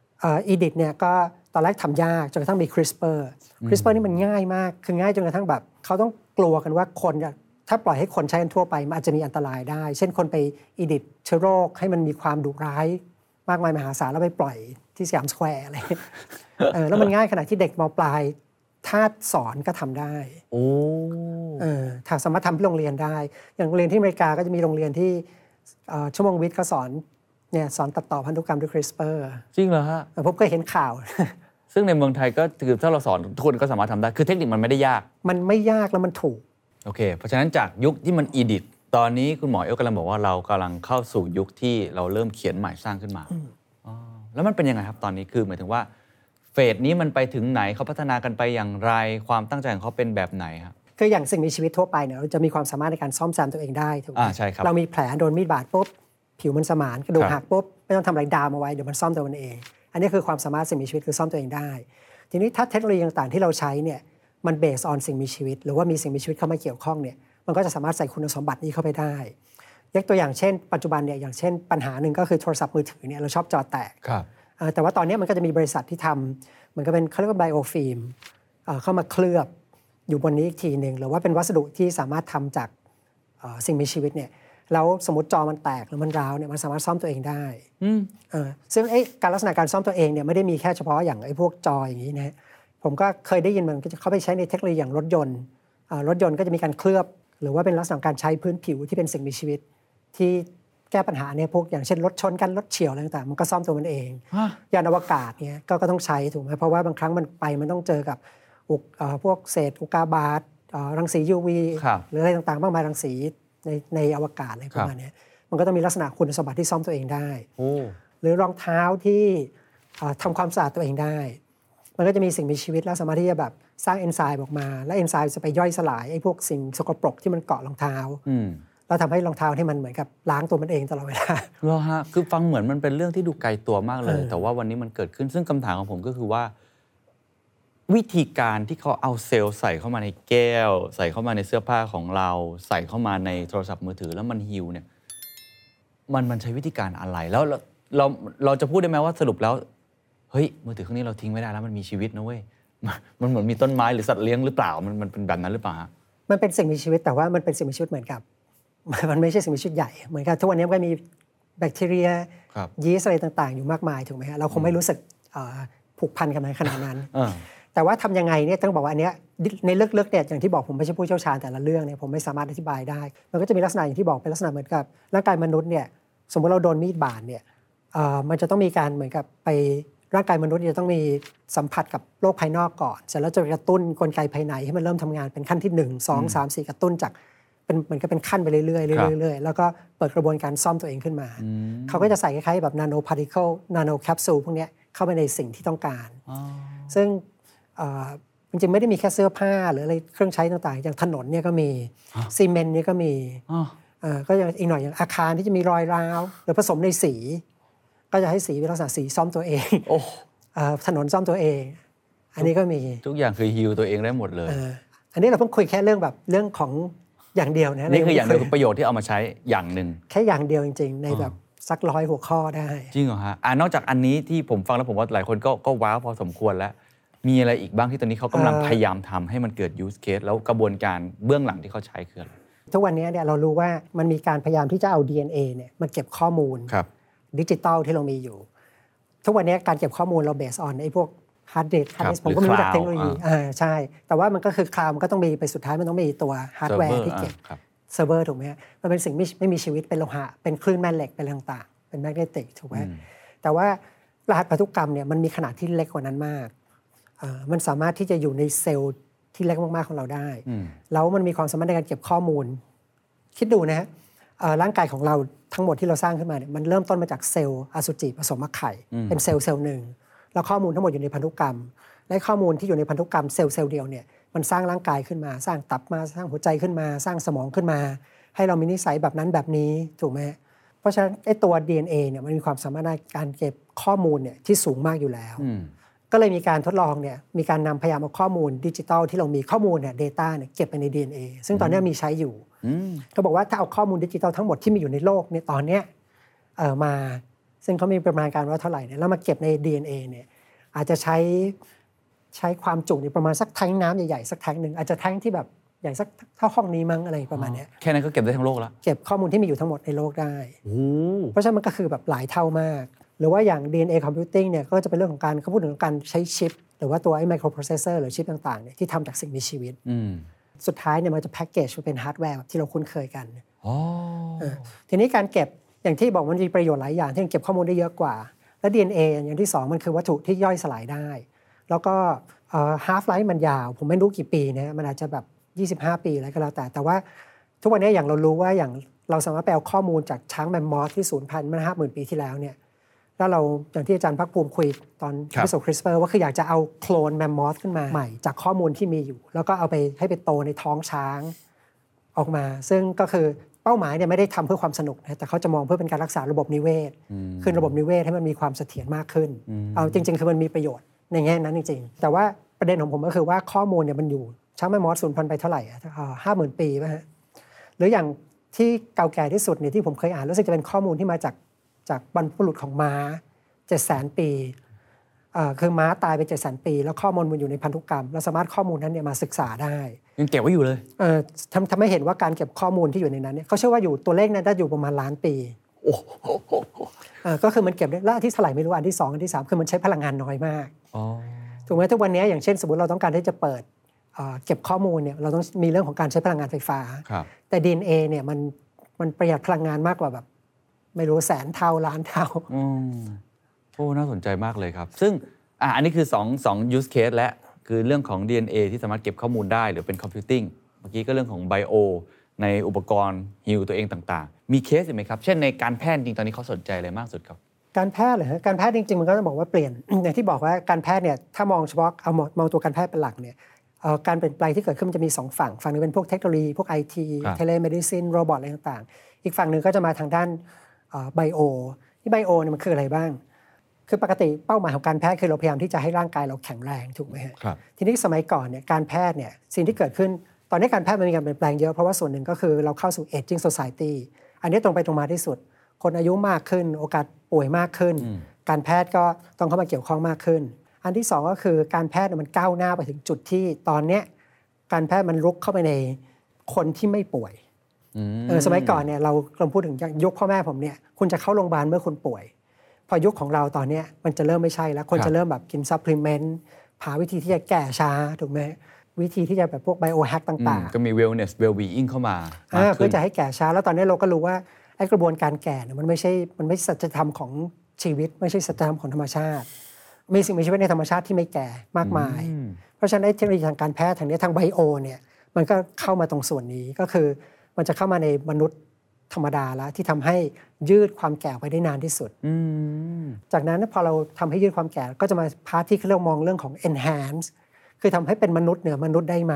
edit เนี่ยก็ตอนแรกทำยากจนกระทั่งมี CRISPR CRISPR นี่มันง่ายมากคือง่ายจนกระทั่งแบบเขาต้องกลัวกันว่าคนถ้าปล่อยให้คนใช้กันทั่วไปมันอาจจะมีอันตรายได้เช่นคนไป edit เชื้อโรคให้มันมีความดุร้ายมากมายมหาศาลแล้วไปปล่อยที่สยามสแควร์อะไรเออแล้วมันง่ายขนาดที่เด็กม.ปลายถ้าสอนก็ทำได้โอ้เออถ้าสามารถทำที่โรงเรียนได้อย่างโรงเรียนที่อเมริกาก็จะมีโรงเรียนที่ชั่วโมงวิทย์เขาสอนเนี่ยสอนตัดต่อพันธุกรรมด้วย CRISPR จริงเหรอฮะผมก็เห็นข่าวซึ่งในเมืองไทยก็คือถ้าเราสอนทุกคนก็สามารถทำได้คือเทคนิคมันไม่ได้ยากมันไม่ยากแล้วมันถูกโอเคเพราะฉะนั้นจากยุคที่มัน edit ตอนนี้คุณหมอเอ๋กำลังบอกว่าเรากำลังเข้าสู่ยุคที่เราเริ่มเขียนใหม่สร้างขึ้นมาอ๋อแล้วมันเป็นยังไงครับตอนนี้คือหมายถึงว่าเฟสนี้มันไปถึงไหนเขาพัฒนากันไปอย่างไรความตั้งใจของเขาเป็นแบบไหนครับคืออย่างสิ่งมีชีวิตทั่วไปเนี่ยเราจะมีความสามารถในการซ่อมแซมตัวเองได้ถูกไหมอ่าใช่ครับเรามีแผลโดนมีดบาดปุ๊บผิวมันสมานกระดูกหักปุ๊บไม่ต้องทำอะไรดามเอาไว้เดี๋ยวมันซ่อมตัวมันเองอันนี้คือความสามารถสิ่งมีชีวิตคือซ่อมตัวเองได้ทีนี้ถ้าเทคโนโลยีต่างๆที่เราใช้เนี่ยมันเบสออนสิ่งมีชีวิตหรือว่ามีสิ่งมีชีวิตเข้ามาเกี่ยวข้องเนี่ยมันก็จะสามารถใส่คุณสมบัตินี้เข้าไปได้ยกตัวอย่างเช่นปัจจุบันเนี่ยอย่างเช่นปัญหาหนึ่งก็คือโทรศัพท์มือถือเนี่ยเราชอบจอแตกแต่ว่าตอนนี้มันก็จะมีบริษัทที่ทำเหมือนกับเป็นเขาเรียกว่าไบโอฟิล์มเข้ามาเคลือบอยู่บนนี้อีกทีหนึ่งหรือว่าเป็นวัสดุที่สามารถทำจากสิ่งมีชีวิตเนี่ยแล้วสมมติจอมันแตกหรือมันร้าวเนี่ยมันสามารถซ่อมตัวเองได้ซึ่งการลักษณะการซ่อมตัวเองเนี่ยไม่ได้มีแค่เฉพาะอย่างไอ้พวกจออย่างนี้นะผมก็เคยได้ยินมันเขาไปใช้ในเทคโนโลยีอย่างรถยนต์เอ่อรถยนต์ก็จะมีการเคลือบหรือว่าเป็นลักษณะการใช้พื้นผิวที่เป็นสิ่งมีชีวิตที่แก้ปัญหาเนี่ยพวกอย่างเช่นรถชนกันรถเฉี่ยวอะไรต่างๆมันก็ซ่อมตัวมันเองยานอวกาศเนี่ยก็ต้องใช้ถูกไหมเพราะว่าบางครั้งมันไปมันต้องเจอกับพวกเศษอุกกาบาตรังสี ยู วี หรืออะไรต่างๆมากมายรังสีในในอวกาศอะไรประมาณนี้มันก็ต้องมีลักษณะคุณสมบัติที่ซ่อมตัวเองได้หรือรองเท้าที่ทำความสะอาดตัวเองได้มันก็จะมีสิ่งมีชีวิตแล้วสามารถที่จะแบบสร้างเอนไซม์ออกมาและเอนไซม์จะไปย่อยสลายไอ้พวกสิ่งสกปรกที่มันเกาะรองเท้าแล้วทำให้รองเท้าที่มันเหมือนกับล้างตัวมันเองตลอดเวลาเหรอฮะคือฟังเหมือนมันเป็นเรื่องที่ดูไกลตัวมากเลยแต่ว่าวันนี้มันเกิดขึ้นซึ่งคำถามของผมก็คือว่าวิธีการที่เขาเอาเซลล์ใส่เข้ามาในแก้วใส่เข้ามาในเสื้อผ้าของเราใส่เข้ามาในโทรศัพท์มือถือแล้วมันฮีลเนี่ยมันมันใช้วิธีการอะไรแล้วเราเราเราจะพูดได้ไหมว่าสรุปแล้วเฮ้ยมือถือเครื่องนี้เราทิ้งไม่ได้แล้วมันมีชีวิตนะเว้ยมันเหมือนมีต้นไม้หรือสัตว์เลี้ยงหรือเปล่ามันมันเป็นแบบนั้นหรือเปล่าฮะมันเป็นสิ่งมีชีวิตแต่ว่ามันเป็นสิ่งมีชีวิตเหมือนกับมันไม่ใช่สิ่งมีชีวิตใหญ่เหมือนกับทุกวันนี้มันก็มีแบคทีเรียยีสต์อะไรต่างๆอยู่มากมายถูกไหมฮะเราคงไม่รู้สึกผูกพันกับมันขนาดนั้นแต่ว่าทำยังไงเนี่ยต้องบอกว่าอันเนี้ยในลึกๆเนี่ยอย่างที่บอกผมไม่ใช่ผู้เชี่ยวชาญแต่ละเรื่องเนี่ยผมไม่สามารถอธิบายได้มันก็จะมีลักษณะอย่างที่บอกเป็นลักษณะเหมือนกับร่างกายมนุษย์เนี่ยสมมติเราโดนมีดบาดเนี่ยมันจะต้องมีการเหมือนกับไปร่างกายมนุษย์จะต้องมีสัมผัสกับโลกภายนอกก่อนเสร็จแล้วจะกระตุ้นกลไกภายในให้มันเริ่มทำงานเป็นขั้นที่หนึ่ง สอง สาม สี่กระตุ้นจากเป็นเหมือนกับเป็นขั้นไปเรื่อยๆเรื่อยๆแล้วก็เปิดกระบวนการซ่อมตัวเองขึ้นมาเขาก็จะใส่คล้ายๆแบบนาโนพาร์ติเคิลนาโนแคปซูลพวกนี้เข้าไปในสิ่งที่ต้องการซึ่งจริงๆไม่ได้มีแค่เสื้อผ้าหรืออะไรเครื่องใช้ต่างๆอย่างถนนเนี่ยก็มีซีเมนต์เนี่ยก็มีก็ยังอีกหน่อยอย่างอาคารที่จะมีรอยร้าวหรือผสมในสีก็จะให้สีเป็นลักษณะสีซ่อมตัวเองถนนซ่อมตัวเองอันนี้ก็มีทุกอย่างคือฮีลตัวเองได้หมดเลยอันนี้เราเพิ่งคุยแค่เรื่องแบบเรื่องของอย่างเดียวนะนี่คืออย่างเดียวประโยชน์ที่เอามาใช้อย่างหนึ่งแค่อย่างเดียวจริงๆในแบบสักร้อยหัวข้อได้จริงเหรอฮะอ่านอกจากอันนี้ที่ผมฟังแล้วผมว่าหลายคนก็ก็ว้าวพอสมควรแล้วมีอะไรอีกบ้างที่ตอนนี้เขากำลังพยายามทำให้มันเกิด use case แล้วกระบวนการเบื้องหลังที่เขาใช้คืออะไรทุกวันนี้เนี่ยเรารู้ว่ามันมีการพยายามที่จะเอา ดี เอ็น เอ เนี่ยมาเก็บข้อมูลดิจิตอลที่เรามีอยู่ทุกวันนี้การเก็บข้อมูลเราเบสออนไอ้พวกฮาร์ดดิสก์ฮาร์ดดิสก์ผมก็ไม่รู้จักเทคโนโลยีอ่าใช่แต่ว่ามันก็คือคลาวด์มันก็ต้องมีไปสุดท้ายมันต้องมีตัวฮาร์ดแวร์ที่เก็บเซิร์ฟเวอร์ถูกไหมมันเป็นสิ่งไม่ไม่มีชีวิตเป็นโลหะเป็นคลื่นแม่เหล็กเป็นต่างๆเป็นแมกเนติกถูกไหมแต่ว่ารหัสพันธุกรรมเนี่ยมันมีขนาดที่เล็กกว่านั้นมากมันสามารถที่จะอยู่ในเซลล์ที่เล็กมากๆของเราได้แล้วมันมีความสามารถในการเก็บข้อมูลคิดดูนะฮะร่างกายของเราทั้งหมดที่เราสร้างขึ้นมาเนี่ยมันเริ่มต้นมาจากเซลล์อสุจิผสมกับไข่เป็นเซลล์เซลล์หนึ่งแล้วข้อมูลทั้งหมดอยู่ในพันธุกรรมและข้อมูลที่อยู่ในพันธุกรรมเซลล์เซลล์เดียวเนี่ยมันสร้างร่างกายขึ้นมาสร้างตับมาสร้างหัวใจขึ้นมาสร้างสมองขึ้นมาให้เรามีนิสัยแบบนั้นแบบนี้ถูกไหมเพราะฉะนั้นไอ้ตัว ดี เอ็น เอ เนี่ยมันมีความสามารถในการเก็บข้อมูลเนี่ยที่สูงมากอยู่แล้วก็เลยมีการทดลองเนี่ยมีการนำพยายามเอาข้อมูลดิจิตอลที่เรามีข้อมูลเนี่ย data เนี่ยเก็บไปใน ดี เอ็น เอ ซึ่งตอนนี้มีใช้อยู่เขาบอกว่าถ้าเอาข้อมูลดิจิตอลทั้งหมดที่มีอยู่ในโลกเนี่ยตอนนี้เอ่อมาซึ่งเขามีประมาณการว่าเท่าไหร่เนี่ยแล้วมาเก็บใน ดี เอ็น เอ เนี่ยอาจจะใช้ใช้ความจุประมาณสักแท้งน้ำใหญ่ๆสักแท้งหนึ่งอาจจะแท้งที่แบบใหญ่สักเท่าห้องนี้มั้งอะไรประมาณนี้แค่นั้นก็เก็บได้ทั้งโลกแล้วเก็บข้อมูลที่มีอยู่ทั้งหมดในโลกได้เพราะฉะนั้นมันก็คือแบบหลายเท่ามากหรือว่าอย่าง ดี เอ็น เอ computing เนี่ยก็จะเป็นเรื่องของการเขาพูดถึงการใช้ชิปหรือว่าตัวไอ้ microprocessor หรือชิปต่างๆเนี่ยที่ทำจากสิ่งมีชีวิตสุดท้ายเนี่ยมันจะแพ็กเกจเป็นฮาร์ดแวร์แบบที่เราคุ้นเคยกันทีนี้การเก็บอย่างที่บอกมันมีประโยชน์หลายอย่างที่เก็บข้อมูลได้เยอะกว่าและ ดี เอ็น เอ อย่างที่สองมันคือวัตถุที่ย่อยสลายได้แล้วก็ half life มันยาวผมไม่รู้กี่ปีนะมันอาจจะแบบยี่สิบห้าปีอะไรก็แล้วแต่แต่ว่าทุกวันนี้อย่างเรารู้ว่าอย่างเราสามารถไปเอาข้อมูลจากช้างแมมมอธที่สูญพันธุ์เมื่อห้าหมื่นปีที่แล้วเนี่ยแล้วเราอย่างที่อาจารย์ภาคภูมิคุยตอนพิสูจน์คริสเปอร์ว่าคืออยากจะเอาโคลนแมมมอธขึ้นมาใหม่จากข้อมูลที่มีอยู่แล้วก็เอาไปให้ไปโตในท้องช้างออกมาซึ่งก็คือเป้าหมายเนี่ยไม่ได้ทำเพื่อความสนุกนะแต่เขาจะมองเพื่อเป็นการรักษาระบบนิเวศคือระบบนิเวศให้มันมีความเสถียรมากขึ้นเอาจริงๆคือมันมีประโยชน์ในแง่นั้นจริงๆแต่ว่าประเด็นของผมก็คือว่าข้อมูลเนี่ยมันอยู่ช้างแมมมอธสูญพันธุ์ไปเท่าไหร่ห้าหมื่นปีป่ะฮะหรืออย่างที่เก่าแก่ที่สุดเนี่ยที่ผมเคยอ่านรู้สึกจะเป็นข้อมูลที่มาจากจากบรรพบุรุษของม้าเจ็ดแสนปีคือม้าตายไปเจ็ดแสนปีแล้วข้อมูลมันอยู่ในพันธุกรรมเราสามารถข้อมูลนั้นเนี่ยมาศึกษาได้ยังเก็บไว้อยู่เลยเออทำทำให้เห็นว่าการเก็บข้อมูลที่อยู่ในนั้นเนี่ยเขาเชื่อว่าอยู่ตัวเลขนั้นได้อยู่ประมาณล้านปีโอ้โหก็คือมันเก็บได้แล้วที่เท่าไหร่ไม่รู้อันที่สองอันที่สามคือมันใช้พลังงานน้อยมากถูกไหมทุกวันนี้อย่างเช่นสมมติเราต้องการที่จะเปิดเก็บข้อมูลเนี่ยเราต้องมีเรื่องของการใช้พลังงานไฟฟ้าแต่ ดี เอ็น เอ เนี่ยมันมันประหยัดพลังงานมากกว่าแบบไม่รู้แสนเท่าล้านเท่าอืมโอ้น่าสนใจมากเลยครับซึ่งอ่ะอันนี้คือ2 2 use case และคือเรื่องของ ดี เอ็น เอ ที่สามารถเก็บข้อมูลได้หรือเป็น computing เมื่อกี้ก็เรื่องของ bio ในอุปกรณ์ฮิลตัวเองต่างๆมีเคสอีกไหมครับเช่นในการแพทย์จริงตอนนี้เขาสนใจอะไรมากสุดครับการแพทย์เหรอการแพทย์จริงๆมันก็จะบอกว่าเปลี่ยน อย่างที่บอกว่าการแพทย์เนี่ยถ้ามองเฉพาะเอามองตัวการแพทย์เป็นหลักเนี่ยการเปลี่ยนแปลงที่เกิดขึ้นมันจะมีสองฝั่งฝั่งนึงเป็นพวกเทคโนโลยีพวก ไอ ที เทเลเมดิซินโรบอทอะไรต่างๆอีกฝั่งนึงก็จะมาทางด้านไบโอที่ไบโอเนี่ยมันคืออะไรบ้างคือปกติเป้าหมายของการแพทย์คือเราพยายามที่จะให้ร่างกายเราแข็งแรงถูกไหมฮะทีนี้สมัยก่อนเนี่ยการแพทย์เนี่ยสิ่งที่เกิดขึ้นตอนนี้การแพทย์มันมีการเปลี่ยนแปลงเยอะเพราะว่าส่วนหนึ่งก็คือเราเข้าสู่ aging society อันนี้ตรงไปตรงมาที่สุดคนอายุมากขึ้นโอกาสป่วยมากขึ้นการแพทย์ก็ต้องเข้ามาเกี่ยวข้องมากขึ้นอันที่สองก็คือการแพทย์มันก้าวหน้าไปถึงจุดที่ตอนนี้การแพทย์มันรุกเข้าไปในคนที่ไม่ป่วยเออสมัยก่อนเนี่ยเราเราพูดถึงยุคพ่อแม่ผมเนี่ยคุณจะเข้าโรงพยาบาลเมื่อคุณป่วยพอยุคของเราตอนนี้มันจะเริ่มไม่ใช่แล้วคนจะเริ่มแบบกินซัพพลีเมนต์หาวิธีที่จะแก่ช้าถูกไหมวิธีที่จะแบบพวกไบโอแฮกต่างๆก็มี wellness well-being เข้ามาเพื่อจะให้แก่ช้าแล้วตอนนี้เราก็รู้ว่าไอ้กระบวนการแก่เนี่ยมันไม่ใช่มันไม่ใช่สัจธรรมของชีวิตไม่ใช่สัจธรรมของธรรมชาติมีสิ่งมีชีวิตในธรรมชาติที่ไม่แก่มากมายเพราะฉะนั้นเทคโนโลยีทางการแพทย์ทางนี้ทางไบโอเนี่ยมันก็เข้ามาตรงส่วนนี้ก็คือมันจะเข้ามาในมนุษย์ธรรมดาแล้วที่ทำให้ยืดความแก่ไปได้นานที่สุดจากนั้นพอเราทำให้ยืดความแก่ก็จะมาพาร์ทที่เขาเรียกมองเรื่องของ enhance คือทำให้เป็นมนุษย์เหนือมนุษย์ได้ไหม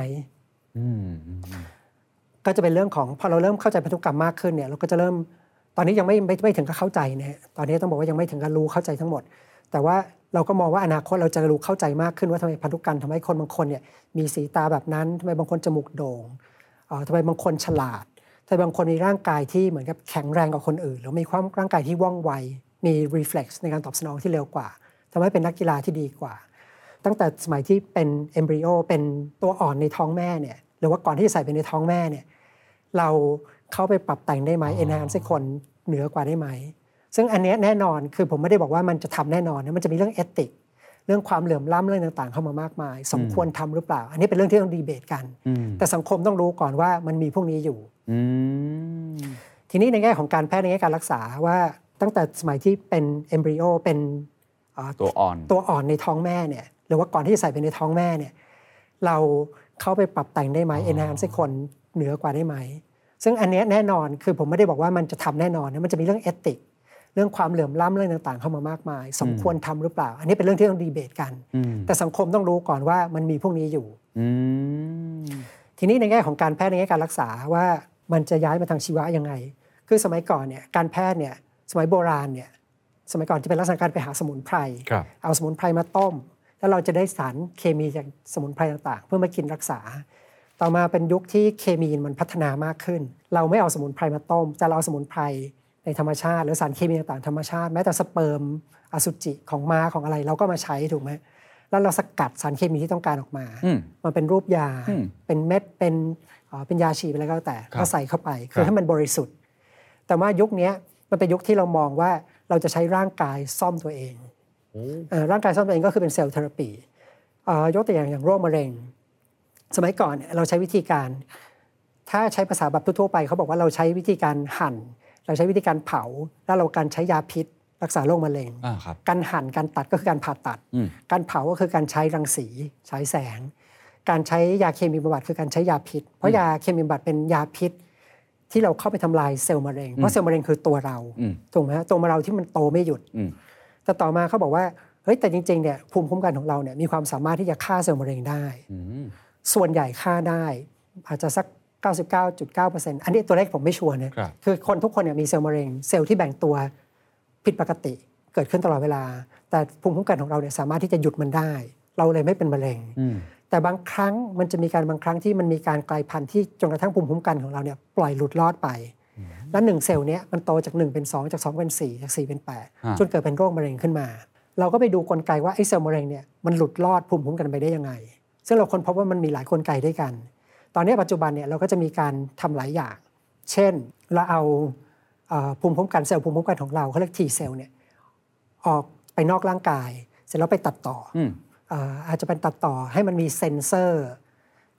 ก็จะเป็นเรื่องของพอเราเริ่มเข้าใจพันธุกรรมมากขึ้นเนี่ยเราก็จะเริ่มตอนนี้ยังไม่ไม่ไม่ถึงกับเข้าใจนะฮะตอนนี้ต้องบอกว่ายังไม่ถึงกับรู้เข้าใจทั้งหมดแต่ว่าเราก็มองว่าอนาคตเราจะรู้เข้าใจมากขึ้นว่าทำไมพันธุกรรมทำให้คนบางคนเนี่ยมีสีตาแบบนั้นทำไมบางคนจมูกโด่งทำไมบางคนฉลาดทำไมบางคนมีร่างกายที่เหมือนกับแข็งแรงกว่าคนอื่นหรือมีความร่างกายที่ว่องไวมี reflex ในการตอบสนองที่เร็วกว่าทำให้เป็นนักกีฬาที่ดีกว่าตั้งแต่สมัยที่เป็นเอมบริโอเป็นตัวอ่อนในท้องแม่เนี่ยหรือว่าก่อนที่จะใส่ไปในท้องแม่เนี่ยเราเข้าไปปรับแต่งได้ไหม enhance ให้คนเหนือกว่าได้ไหมซึ่งอันนี้แน่นอนคือผมไม่ได้บอกว่ามันจะทำแน่นอนนะมันจะมีเรื่องเอติกเรื่องความเหลื่อมล้ำเรื่องต่างๆเข้ามามากมายสมควรทำหรือเปล่าอันนี้เป็นเรื่องที่ต้องดีเบตกันแต่สังคมต้องรู้ก่อนว่ามันมีพวกนี้อยู่ทีนี้ในแง่ของการแพทย์ในแง่การรักษาว่าตั้งแต่สมัยที่เป็นเอมบริโอเป็นตัวอ่อนตัวอ่อนในท้องแม่เนี่ยหรือว่าก่อนที่จะใส่ไปในท้องแม่เนี่ยเราเข้าไปปรับแต่งได้ไหม enhance ให้คนเหนือกว่าได้ไหมซึ่งอันนี้แน่นอนคือผมไม่ได้บอกว่ามันจะทำแน่นอนนะมันจะมีเรื่องเอติกเรื่องความเหลื่อมล้ำเรื่องต่างๆเข้ามามากมายสมควรทำหรือเปล่าอันนี้เป็นเรื่องที่ต้องดีเบตกันแต่สังคมต้องรู้ก่อนว่ามันมีพวกนี้อยู่ทีนี้ในแง่ของการแพทย์ในแง่การรักษาว่ามันจะย้ายมาทางชีวะยังไงคือสมัยก่อนเนี่ยการแพทย์เนี่ยสมัยโบราณเนี่ยสมัยก่อนจะเป็นลักษณะการไปหาสมุนไพรเอาสมุนไพรมาต้มแล้วเราจะได้สารเคมีจากสมุนไพรต่างๆเพื่อมากินรักษาต่อมาเป็นยุคที่เคมีมันพัฒนามากขึ้นเราไม่เอาสมุนไพรมาต้มแต่เราเอาสมุนไพรในธรรมชาติหรือสารเคมีต่างๆธรรมชาติแม้แต่สเปิร์มอสุจิของม้าของอะไรเราก็มาใช้ถูกไหมแล้วเราสกัดสารเคมีที่ต้องการออกมามันเป็นรูปยาเป็นเม็ดเป็นเป็นยาฉีดอะไรก็แล้วแต่ก็ใส่เข้าไปคือให้มันบริสุทธิ์แต่ว่ายุคนี้มันเป็นยุคที่เรามองว่าเราจะใช้ร่างกายซ่อมตัวเองร่างกายซ่อมตัวเองก็คือเป็นเซลล์เทอราปียกตัวอย่างอย่างโรคมะเร็งสมัยก่อนเราใช้วิธีการถ้าใช้ภาษาแบบทั่วไปเขาบอกว่าเราใช้วิธีการหั่นเราใช้วิธีการเผาแล้วเราการใช้ยาพิษรักษาโรคมะเร็งการหั่นการตัดก็คือการผ่าตัดการเผาก็คือการใช้รังสีใช้แสงการใช้ยาเคมีบำบัดคือการใช้ยาพิษเพราะยาเคมีบำบัดเป็นยาพิษที่เราเข้าไปทำลายเซลล์มะเร็งเพราะเซลล์มะเร็งคือตัวเราถูกไหมตัวเราที่มันโตไม่หยุดแต่ต่อมาเขาบอกว่าเฮ้ยแต่จริงๆเนี่ยภูมิคุ้มกันของเราเนี่ยมีความสามารถที่จะฆ่าเซลล์มะเร็งได้ส่วนใหญ่ฆ่าได้อาจจะสัก เก้าสิบเก้าจุดเก้าเปอร์เซ็นต์ อันนี้ตัวเลขผมไม่ชัวร์นะคือคนทุกคนเนี่ยมีเซลล์มะเร็งเซลล์ที่แบ่งตัวผิดปกติเกิดขึ้นตลอดเวลาแต่ภูมิคุ้มกันของเราเนี่ยสามารถที่จะหยุดมันได้เราเลยไม่เป็นมะเร็งแต่บางครั้งมันจะมีการบางครั้งที่มันมีการกลายพันธุ์ที่จนกระทั่งภูมิคุ้มกันของเราเนี่ยปล่อยหลุดรอดไปแล้วหนึ่งเซลล์เนี้ยมันโตจากหนึ่งเป็นสองจากสองเป็นสี่จากสี่เป็นแปดจนเกิดเป็นโรคมะเร็งขึ้นมาเราก็ไปดูกลไกว่าไอ้เซลล์มะเร็งเนี่ยมันหลุดรอดภูมิคุ้มกันไปได้ยังไงซึ่งเราค้นพบว่ามันมีหลายกลไกด้วยกันตอนนี้ปัจจุบันเนี่ยเราก็จะมีการทำหลายอย่างเช่นเราเอาภูมิคุ้มกันเซลล์ภูมิคุ้มกันของเราเขาเรียก T เซลล์เนี่ยออกไปนอกร่างกายเสร็จแล้วไปตัดต่ออาจจะเป็นตัดต่อให้มันมีเซ็นเซอร์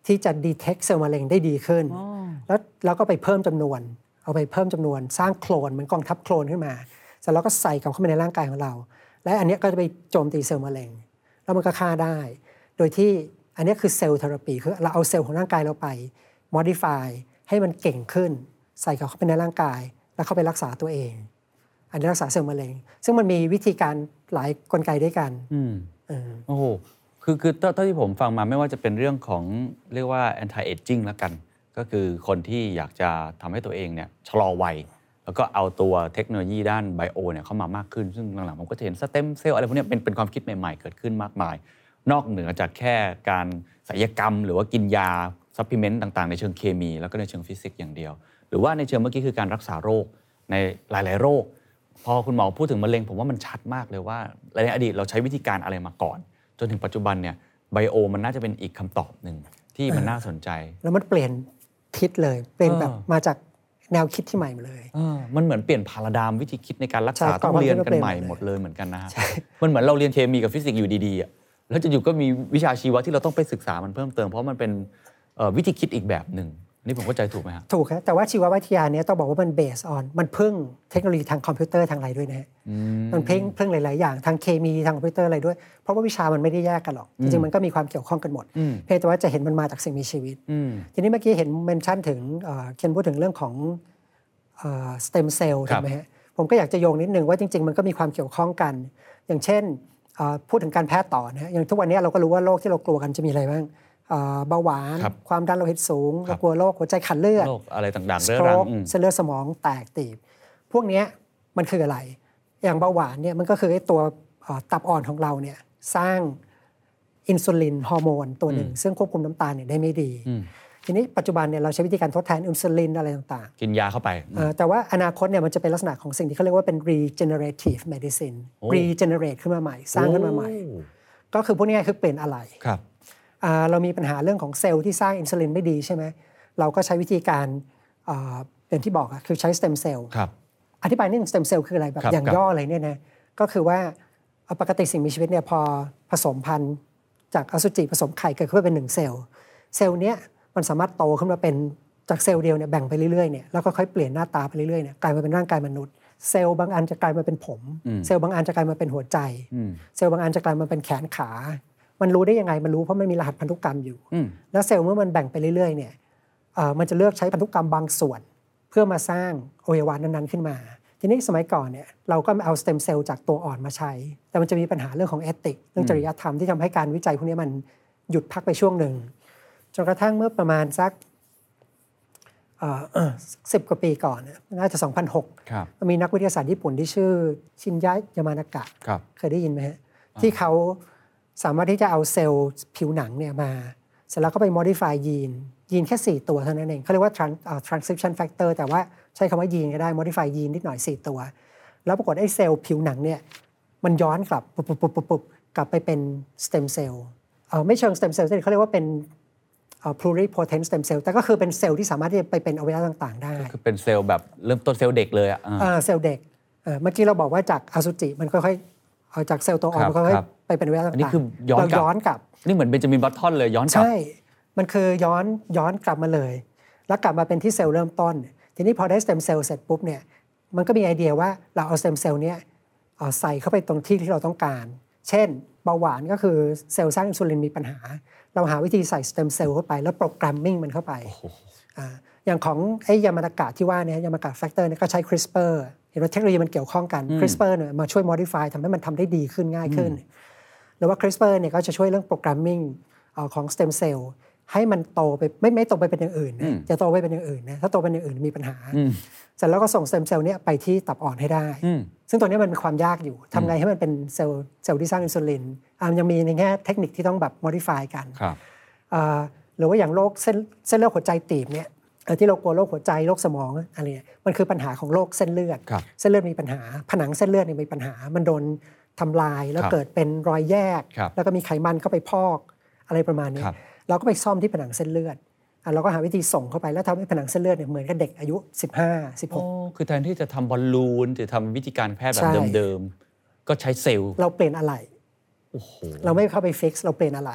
ที่จะ detect เซลล์มะเร็งได้ดีขึ้นแล้วแล้วก็ไปเพิ่มจำนวนเอาไปเพิ่มจำนวนสร้างโคลนเหมือนกองทัพโคลนขึ้นมาเสร็จแล้วก็ใส่กลับเข้าไปในร่างกายของเราและอันนี้ก็จะไปโจมตีเซลล์มะเร็งแล้วมันก็ฆ่าได้โดยที่อันนี้คือเซลล์เทอราปีคือเราเอาเซลล์ของร่างกายเราไป modify ให้มันเก่งขึ้นใส่กลับเข้าไปในร่างกายแล้วเข้าไปรักษาตัวเองอันนี้รักษาเซลล์มะเร็งซึ่งมันมีวิธีการหลายกลไกด้วยกันอืมโอ้โหคือคือเท่าที่ผมฟังมาไม่ว่าจะเป็นเรื่องของเรียกว่า anti aging แล้วกันก็คือคนที่อยากจะทำให้ตัวเองเนี่ยชะลอวัยแล้วก็เอาตัวเทคโนโลยีด้านไบโอเนี่ยเข้ามามากขึ้นซึ่งหลังๆผมก็จะเห็นสเต็มเซลล์อะไรพวกนี้เป็นเป็นความคิดใหม่ๆเกิดขึ้นมากมายนอกเหนือจากแค่การศัลยกรรมหรือว่ากินยาซัพพลีเมนต์ต่างๆในเชิงเคมีแล้วก็ในเชิงฟิสิกส์อย่างเดียวหรือว่าในเชิงเมื่อกี้คือการรักษาโรคในหลายๆโรคพอคุณหมอพูดถึงมะเร็งผมว่ามันชัดมากเลยว่าในอดีตเราใช้วิธีการอะไรมาก่อนจนถึงปัจจุบันเนี่ยไบโอมันน่าจะเป็นอีกคำตอบหนึ่งที่มันน่าสนใจแล้วมันเปลี่ยนทิศเลยเป็นแบบมาจากแนวคิดที่ใหม่มาเลยมันเหมือนเปลี่ยนพาราไดม์วิธีคิดในการรักษาต้องเรียนกันใหม่หมดเลยเหมือนกันนะฮะมันเหมือนเราเรียนเคมีกับฟิสิกส์อยู่ดีๆอ่ะแล้วอยู่ก็มีวิชาชีวะที่เราต้องไปศึกษามันเพิ่มเติมเพราะมันเป็นวิธีคิดอีกแบบหนึ่งนี่ผมเข้าใจถูกไหมครับถูกครับแต่ว่าชีววิทยาเนี้ยต้องบอกว่ามันเบสออนมันพึ่งเทคโนโลยีทางคอมพิวเตอร์ทางอะไรด้วยนะฮะมันพึ่งพึ่งหลายๆอย่างทางเคมีทางคอมพิวเตอร์อะไรด้วยเพราะว่าวิชามันไม่ได้แยกกันหรอกจริงๆมันก็มีความเกี่ยวข้องกันหมดเพียงแต่ว่าจะเห็นมันมาจากสิ่งมีชีวิตทีนี้เมื่อกี้เห็นเมนชั่นถึงเคนพูดถึงเรื่องของสเต็มเซลล์ถูกไหมฮะผมก็อยากจะโยงนิดนึงว่าจริงๆมันก็มีความเกี่ยวข้องกันอย่างเช่นพูดถึงการแพทย์ต่อนะฮะอย่างทุกวันนี้เราก็รู้ว่าโรคที่เรากลัวกันจะมีอะไรบ้างเบาหวานความดันโลหิตสูงเรากลัวโรคหัวใจขัดเลือดโรคอะไรต่างๆเรื้อรังเส้นเลือดสมองแตกตีบพวกนี้มันคืออะไรอย่างเบาหวานเนี่ยมันก็คือไอ้ตัวตับอ่อนของเราเนี่ยสร้างอินซูลินฮอร์โมนตัวหนึ่งซึ่งควบคุมน้ำตาลเนี่ยได้ไม่ดีทีนี้ปัจจุบันเนี่ยเราใช้วิธีการทดแทนอินซูลินอะไรต่างๆกินยาเข้าไปแต่ว่าอนาคตเนี่ยมันจะเป็นลักษณะของสิ่งที่เขาเรียกว่าเป็น regenerative medicine regenerate ขึ้นมาใหม่สร้างขึ้นมาใหม่ก็คือพวกนี้คือเปลี่ยนอะไรเรามีปัญหาเรื่องของเซลล์ที่สร้างอินซูลินไม่ดีใช่ไหมเราก็ใช้วิธีการอย่างที่บอกคือใช้สเต็มเซลล์อธิบายนิดนึงสเต็มเซลล์คืออะไรแบบอย่างย่ออะไรเนี่ยนะก็คือว่าปกติสิ่งมีชีวิตเนี่ยพอผสมพันธุ์จากอสุจิผสมไข่เกิดขึ้นมาเป็นหนึ่งเซลล์เซลล์เนี้ยมันสามารถโตขึ้นมาเป็นจากเซลล์เดียวเนี่ยแบ่งไปเรื่อยๆเนี่ยแล้วก็ค่อยเปลี่ยนหน้าตาไปเรื่อยๆเนี่ยกลายมาเป็นร่างกายมนุษย์เซลล์บางอันจะกลายมาเป็นผมเซลล์บางอันจะกลายมาเป็นหัวใจเซลล์บางอันจะกลายมาเป็นแขนขามันรู้ได้ยังไงมันรู้เพราะมันมีรหัสพันธุกรรมอยู่แล้วเซลล์เมื่อมันแบ่งไปเรื่อยๆเนี่ยมันจะเลือกใช้พันธุกรรมบางส่วนเพื่อมาสร้างอวัยวะนั้นๆขึ้นมาทีนี้สมัยก่อนเนี่ยเราก็เอาสเต็มเซลล์จากตัวอ่อนมาใช้แต่มันจะมีปัญหาเรื่องของเอติกเรื่องจริยธรรมที่ทำให้การวิจัยพวกนี้มันหยุดพักไปช่วงหนึ่งจนกระทั่งเมื่อประมาณสักสิบกว่าปีก่อนน่าจะสองพันหกมีนักวิทยาศาสตร์ญี่ปุ่นที่ชื่อชินยะยามานากะเคยได้ยินไหมฮะที่เขาสามารถที่จะเอาเซลล์ผิวหนังเนี่ยมาเสร็จแล้วก็ไป modify ยีนยีนแค่สี่ตัวเท่านั้นเองเขาเรียกว่า transcription factor แต่ว่าใช้คำว่ายีนก็ได้ modify ยีนนิดหน่อยสี่ตัวแล้วปรากฏไอ้เซลล์ผิวหนังเนี่ยมันย้อนกลับปุ๊บปุ๊บปุ๊บปุ๊บกลับไปเป็น stem cell ไม่เชิง stem cell เขาเรียกว่าเป็น pluripotent stem cell แต่ก็คือเป็นเซลล์ที่สามารถที่จะไปเป็นอวัยวะต่างๆได้คือเป็นเซลล์แบบเริ่มต้นเซลล์เด็กเลยอ่ะเซลล์เด็กเมื่อกี้เราบอกว่าจากอสุจิมันค่อยๆจากเซลล์ตัวอ่อนมันค่อยๆไปเป็นอวัยวะต่างๆอันนี้คือย้อนกลับย้อนกลับนี่เหมือนเบนจามินบัตทอนเลยย้อนกลับใช่มันคือย้อนย้อนกลับมาเลยแล้วกลับมาเป็นที่เซลล์เริ่มต้นทีนี้พอได้สเต็มเซลล์เสร็จปุ๊บเนี่ยมันก็มีไอเดียว่าเราเอาสเต็มเซลล์เนี้ยใส่เข้าไปตรงที่ที่เราต้องการเช่นเบาหวานก็คือเซลล์สร้างอินซูลินมีปัญหาเราหาวิธีใส่สเต็มเซลล์เข้าไปแล้วโปรแกรมมิ่งมันเข้าไปอย่างของไอ้ยามานากะที่ว่าเนี่ยยามานากะแฟกเตอร์เนี่ยก็ใช้ CRISPR เห็นว่าเทคโนโลยีมันเกี่ยวข้องกัน CRISPR เนี่ยมาช่วย modify ทำให้มันทำได้ดีขึ้นง่ายขึ้นหรือว่า CRISPR เนี่ยก็จะช่วยเรื่องโปรแกรมมิ่งของสเต็มเซลล์ให้มันโตไปไม่ไม่โตไปเป็นอย่างอื่นนะจะโตไปเป็นอย่างอื่นนะถ้าโตเป็นอย่างอื่นมีปัญหาเสร็จแล้วก็ส่งสเต็มเซลล์เนี้ยไปที่ตับอ่อนให้ได้ซึ่งตัวนี้มันมีความยากอยู่ทำไงให้มันเป็นเซลล์เซลล์ที่สร้างอินซูลินมันยังมีในแง่เทคนิคที่ต้องแบบ modify กันหรือว่าอย่างโรคเส้นเส้นเลือดหัวใจตีบเนี่ยที่เรากลัวโรคหัวใจโรคสมองอะไรเนี่ยมันคือปัญหาของโรคเส้นเลือดเส้นเลือดมีปัญหาผนังเส้นเลือดมีปัญหามันโดนทำลายแล้วเกิดเป็นรอยแยกแล้วก็มีไขมันเข้าไปพอกอะไรประมาณนี้เราก็ไปซ่อมที่ผนังเส้นเลือดเราก็หาวิธีส่งเข้าไปแล้วทำให้ผนังเส้นเลือดเนี่ยเหมือนกับเด็กอายุสิบห้า สิบหกคือแทนที่จะทำบอลลูนจะทำวิธีการแพทย์แบบเดิมๆก็ใช้เซลล์เราเปลี่ยนอะไรเราไม่เข้าไปฟิกซ์เราเปลี่ยนอะไร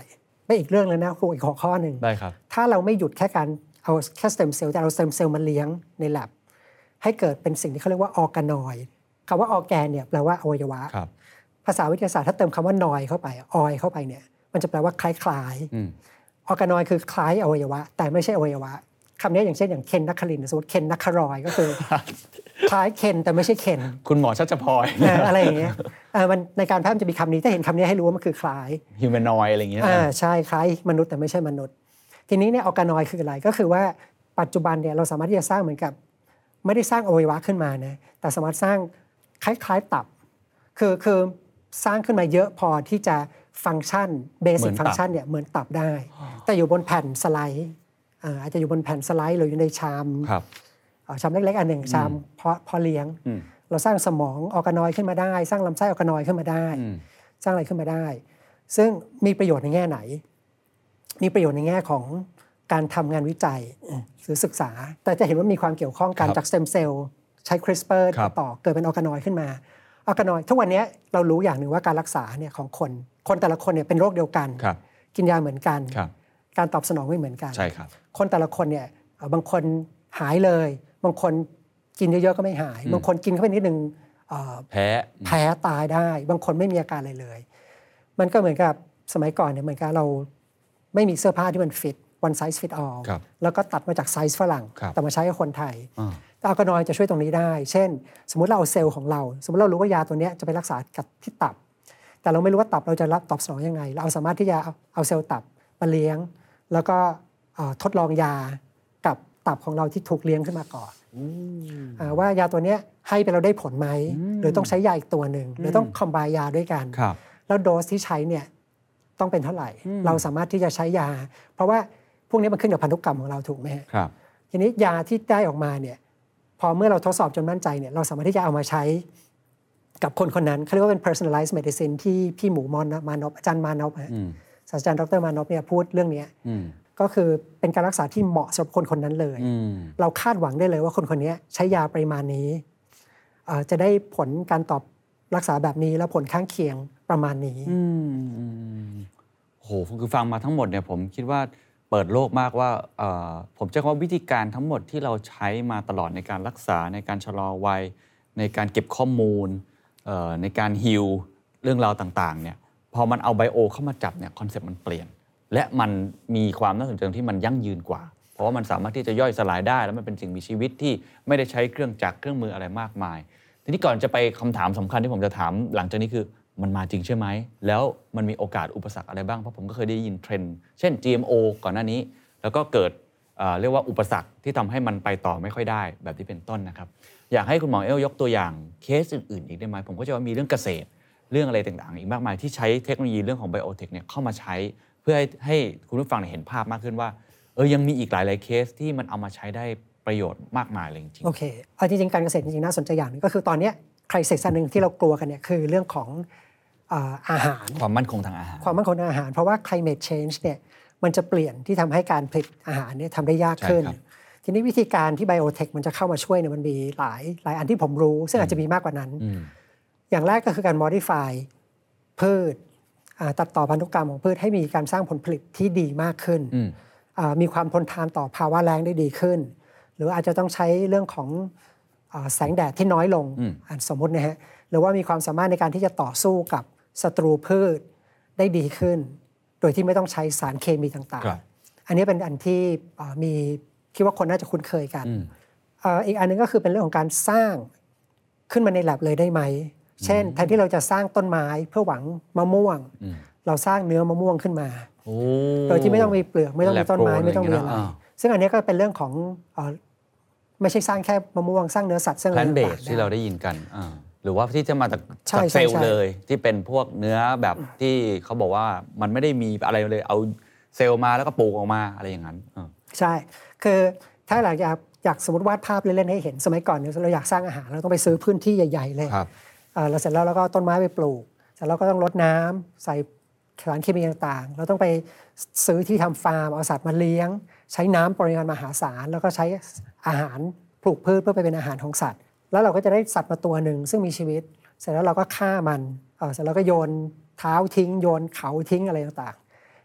ไปอีกเรื่องเลยนะครูอีกหัวข้อหนึ่งได้ครับถ้าเราไม่หยุดแค่การเอาแค่สเต็มเซลล์แต่เราสเต็มเซลล์มาเลี้ยงใน lab ให้เกิดเป็นสิ่งที่เขาเรียกว่าออร์แกนอยด์คำว่าออร์แกนเนี่ยแปลว่าอวัยวะภาษาวิทยาศาสตร์ถ้าเติมคำว่านอยเข้าไปออยเข้าไปเนี่ยมันจะแปลว่าคล้ายๆออร์แกนอยด์คือคล้ายอวัยวะแต่ไม่ใช่อวัยวะคำนี้อย่างเช่นอย่างเคนนักคลินสมมติเคนนักคารอยก็คือคล้ายเคนแต่ไม่ใช่เคนคุณหมอชัชพรอะไรอย่างเงี้ยมันในการแพทย์จะมีคำนี้ถ้าเห็นคำนี้ให้รู้ว่ามันคือคล้ายฮิวแมนอยด์อะไรอย่างเงี้ยอ่าใช่คล้ายมนุษย์แต่ไม่ใช่มนุษย์ทีนี้เนี่ยออร์แกนอยด์คืออะไรก็คือว่าปัจจุบันเนี่ยเราสามารถที่จะสร้างเหมือนกับไม่ได้สร้างอวัยวะขึ้นมานะแต่สามารถสร้างคล้ายๆตับคือคือสร้างขึ้นมาเยอะพอที่จะฟังก์ชันเบสิกฟังก์ชันเนี่ยเหมือนตับได้แต่อยู่บนแผ่นสไลด์อาจจะอยู่บนแผ่นสไลด์หรืออยู่ในชามชามเล็กๆอันหนึ่งชามพอพอเลี้ยงเราสร้างสมองออร์แกนอยด์ขึ้นมาได้สร้างลำไส้ออร์แกนอยด์ขึ้นมาได้สร้างอะไรขึ้นมาได้ซึ่งมีประโยชน์ในแง่ไหนมีประโยชน์ในแง่ของการทำงานวิจัยหรือศึกษาแต่จะเห็นว่ามีความเกี่ยวข้องกันจากสเต็มเซลล์ใช้คริสเปอร์ต่อเกิดเป็นออร์แกนอยด์ขึ้นมาออร์แกนอยด์ทุกวันนี้เรารู้อย่างหนึ่งว่าการรักษาเนี่ยของคนคนแต่ละคนเนี่ยเป็นโรคเดียวกันกินยาเหมือนกันการตอบสนองไม่เหมือนกันใช่ครับคนแต่ละคนเนี่ยบางคนหายเลยบางคนกินเยอะๆก็ไม่หายบางคนกินเข้าไปนิดนึงแพ้แพ้ตายได้บางคนไม่มีอาการอะไรเลยมันก็เหมือนกับสมัยก่อนเนี่ยเหมือนกับเราไม่มีเสื้อผ้าที่มันฟิต one size fit all แล้วก็ตัดมาจากไซส์ฝรั่งแต่มาใช้กับคนไทยแต่ออร์แกนอยด์จะช่วยตรงนี้ได้เช่นสมมุติเราเอาเซลล์ของเราสมมติเรารู้ว่ายาตัวนี้จะไปรักษากับที่ตับแต่เราไม่รู้ว่าตับเราจะรับตอบสนองยังไงเราสามารถที่จะเอาเซลล์ตับมาเลี้ยงแล้วก็ทดลองยากับตับของเราที่ถูกเลี้ยงขึ้นมาก่อนว่ายาตัวนี้ให้ไปเราได้ผลไหมหรือต้องใช้ยาอีกตัวหนึ่งหรือต้องคอมไบน์ยาด้วยกันแล้วโดสที่ใช้เนี่ยต้องเป็นเท่าไหร่เราสามารถที่จะใช้ยาเพราะว่าพวกนี้มันขึ้นกับพันธุกรรมของเราถูกไหมครับทีนี้ยาที่ได้ออกมาเนี่ยพอเมื่อเราทดสอบจนมั่นใจเนี่ยเราสามารถที่จะเอามาใช้กับคนคนนั้นเขาเรียกว่าเป็น personalized medicine ที่พี่หมูมอนมานพอาจารย์มานพศาสตราจารย์ดรมานพเนี่ยพูดเรื่องนี้ก็คือเป็นการรักษาที่เหมาะสำหรับคนคนนั้นเลยเราคาดหวังได้เลยว่าคนคนนี้ใช้ยาปริมาณนี้จะได้ผลการตอบรักษาแบบนี้แล้วผลข้างเคียงประมาณนี้โหคือฟังมาทั้งหมดเนี่ยผมคิดว่าเปิดโลกมากว่าผมจะว่าวิธีการทั้งหมดที่เราใช้มาตลอดในการรักษาในการชะลอวัยในการเก็บข้อมูลในการฮีลเรื่องราวต่างๆเนี่ยพอมันเอาไบโอเข้ามาจับเนี่ยคอนเซ็ปต์มันเปลี่ยนและมันมีความน่าสนใจที่มันยั่งยืนกว่าเพราะว่ามันสามารถที่จะย่อยสลายได้แล้วมันเป็นสิ่งมีชีวิตที่ไม่ได้ใช้เครื่องจักรเครื่องมืออะไรมากมายทีนี้ก่อนจะไปคำถามสำคัญที่ผมจะถามหลังจากนี้คือมันมาจริงใช่ไหมแล้วมันมีโอกาสอุปสรรคอะไรบ้างเพราะผมก็เคยได้ยินเทรนด์เช่น จี เอ็ม โอ ก่อนหน้านี้แล้วก็เกิด เอ่อ เรียกว่าอุปสรรคที่ทำให้มันไปต่อไม่ค่อยได้แบบที่เป็นต้นนะครับอยากให้คุณหมอเอลยกตัวอย่างเคสอื่นๆอีกได้ไหมผมก็จะว่ามีเรื่องเกษตรเรื่องอะไรต่างๆอีกมากมายที่ใช้เทคโนโลยีเรื่องของไบโอเทคเนี่ยเข้ามาใช้เพื่อให้คุณผู้ฟังเห็นภาพมากขึ้นว่าเออยังมีอีกหลายๆเคสที่มันเอามาใช้ได้ประโยชน์มากมายเลยจริงๆโอเคเอาจริงๆการเกษตรจริงๆน่าสนใจอย่างนึงก็คือตอนนี้ใครเสกสันหนึ่งที่เรากลัวกันเนี่ยคือเรื่องของอาหารความมั่นคงทางอาหารความมั่นคงทางอาหารเพราะว่า climate change เนี่ยมันจะเปลี่ยนที่ทำให้การผลิตอาหารเนี่ยทำได้ยากขึ้นทีนี้วิธีการที่ไบโอเทคมันจะเข้ามาช่วยเนี่ยมันมีหลายหลายอันที่ผมรู้ซึ่งอาจจะมีมากกว่านั้นอย่างแรกก็คือการ modify พืชตัดต่อพันธุกรรมของพืชให้มีการสร้างผลผลิตที่ดีมากขึ้นมีความทนทานต่อภาวะแล้งได้ดีขึ้นหรืออาจจะต้องใช้เรื่องของแสงแดดที่น้อยลงสมมตินะฮะหรือว่ามีความสามารถในการที่จะต่อสู้กับศัตรูพืชได้ดีขึ้นโดยที่ไม่ต้องใช้สารเคมีต่างๆอันนี้เป็นอันที่มีคิดว่าคนน่าจะคุ้นเคยกัน อ, อีกอันนึงก็คือเป็นเรื่องของการสร้างขึ้นมาใน lab เลยได้ไหมเช่นแทนที่เราจะสร้างต้นไม้เพื่อหวังมะม่วงเราสร้างเนื้อมะม่วงขึ้นมาโดยที่ไม่ต้องมีเปลือกไม่ต้องมีต้นไม้ไม่ต้องมีอะไรซึ่งอันนี้ก็เป็นเรื่องของไม่ใช่สร้างแค่มะม่วงสร้างเนื้อสัตว์สร้างแพลนเบสที่เราได้ยินกันหรือว่าที่จะมาจากเซลล์เลยที่เป็นพวกเนื้อแบบที่เขาบอกว่ามันไม่ได้มีอะไรเลยเอาเซลล์มาแล้วก็ปลูกออกมาอะไรอย่างนั้นใช่คือถ้าเราอยากอยากสมมติวาดภาพเล่นๆให้เห็นสมัยก่อนเราอยากสร้างอาหารเราต้องไปซื้อพื้นที่ใหญ่ๆเลยแล้วเสร็จแล้วเราก็ต้นไม้ไปปลูกเสร็จแล้วก็ต้องรดน้ำใส่สารเคมีต่างๆเราต้องไปซื้อที่ทำฟาร์มเอาสัตว์มาเลี้ยงใช้น้ำปริมาณมหาศาลแล้วก็ใช้อาหารปลูกพืชเพื่อไปเป็นอาหารของสัตว์แล้วเราก็จะได้สัตว์มาตัวหนึ่งซึ่งมีชีวิตเสร็จแล้วเราก็ฆ่ามันเสร็จแล้วก็โยนเท้าทิ้งโยนเขาทิ้งอะไรต่าง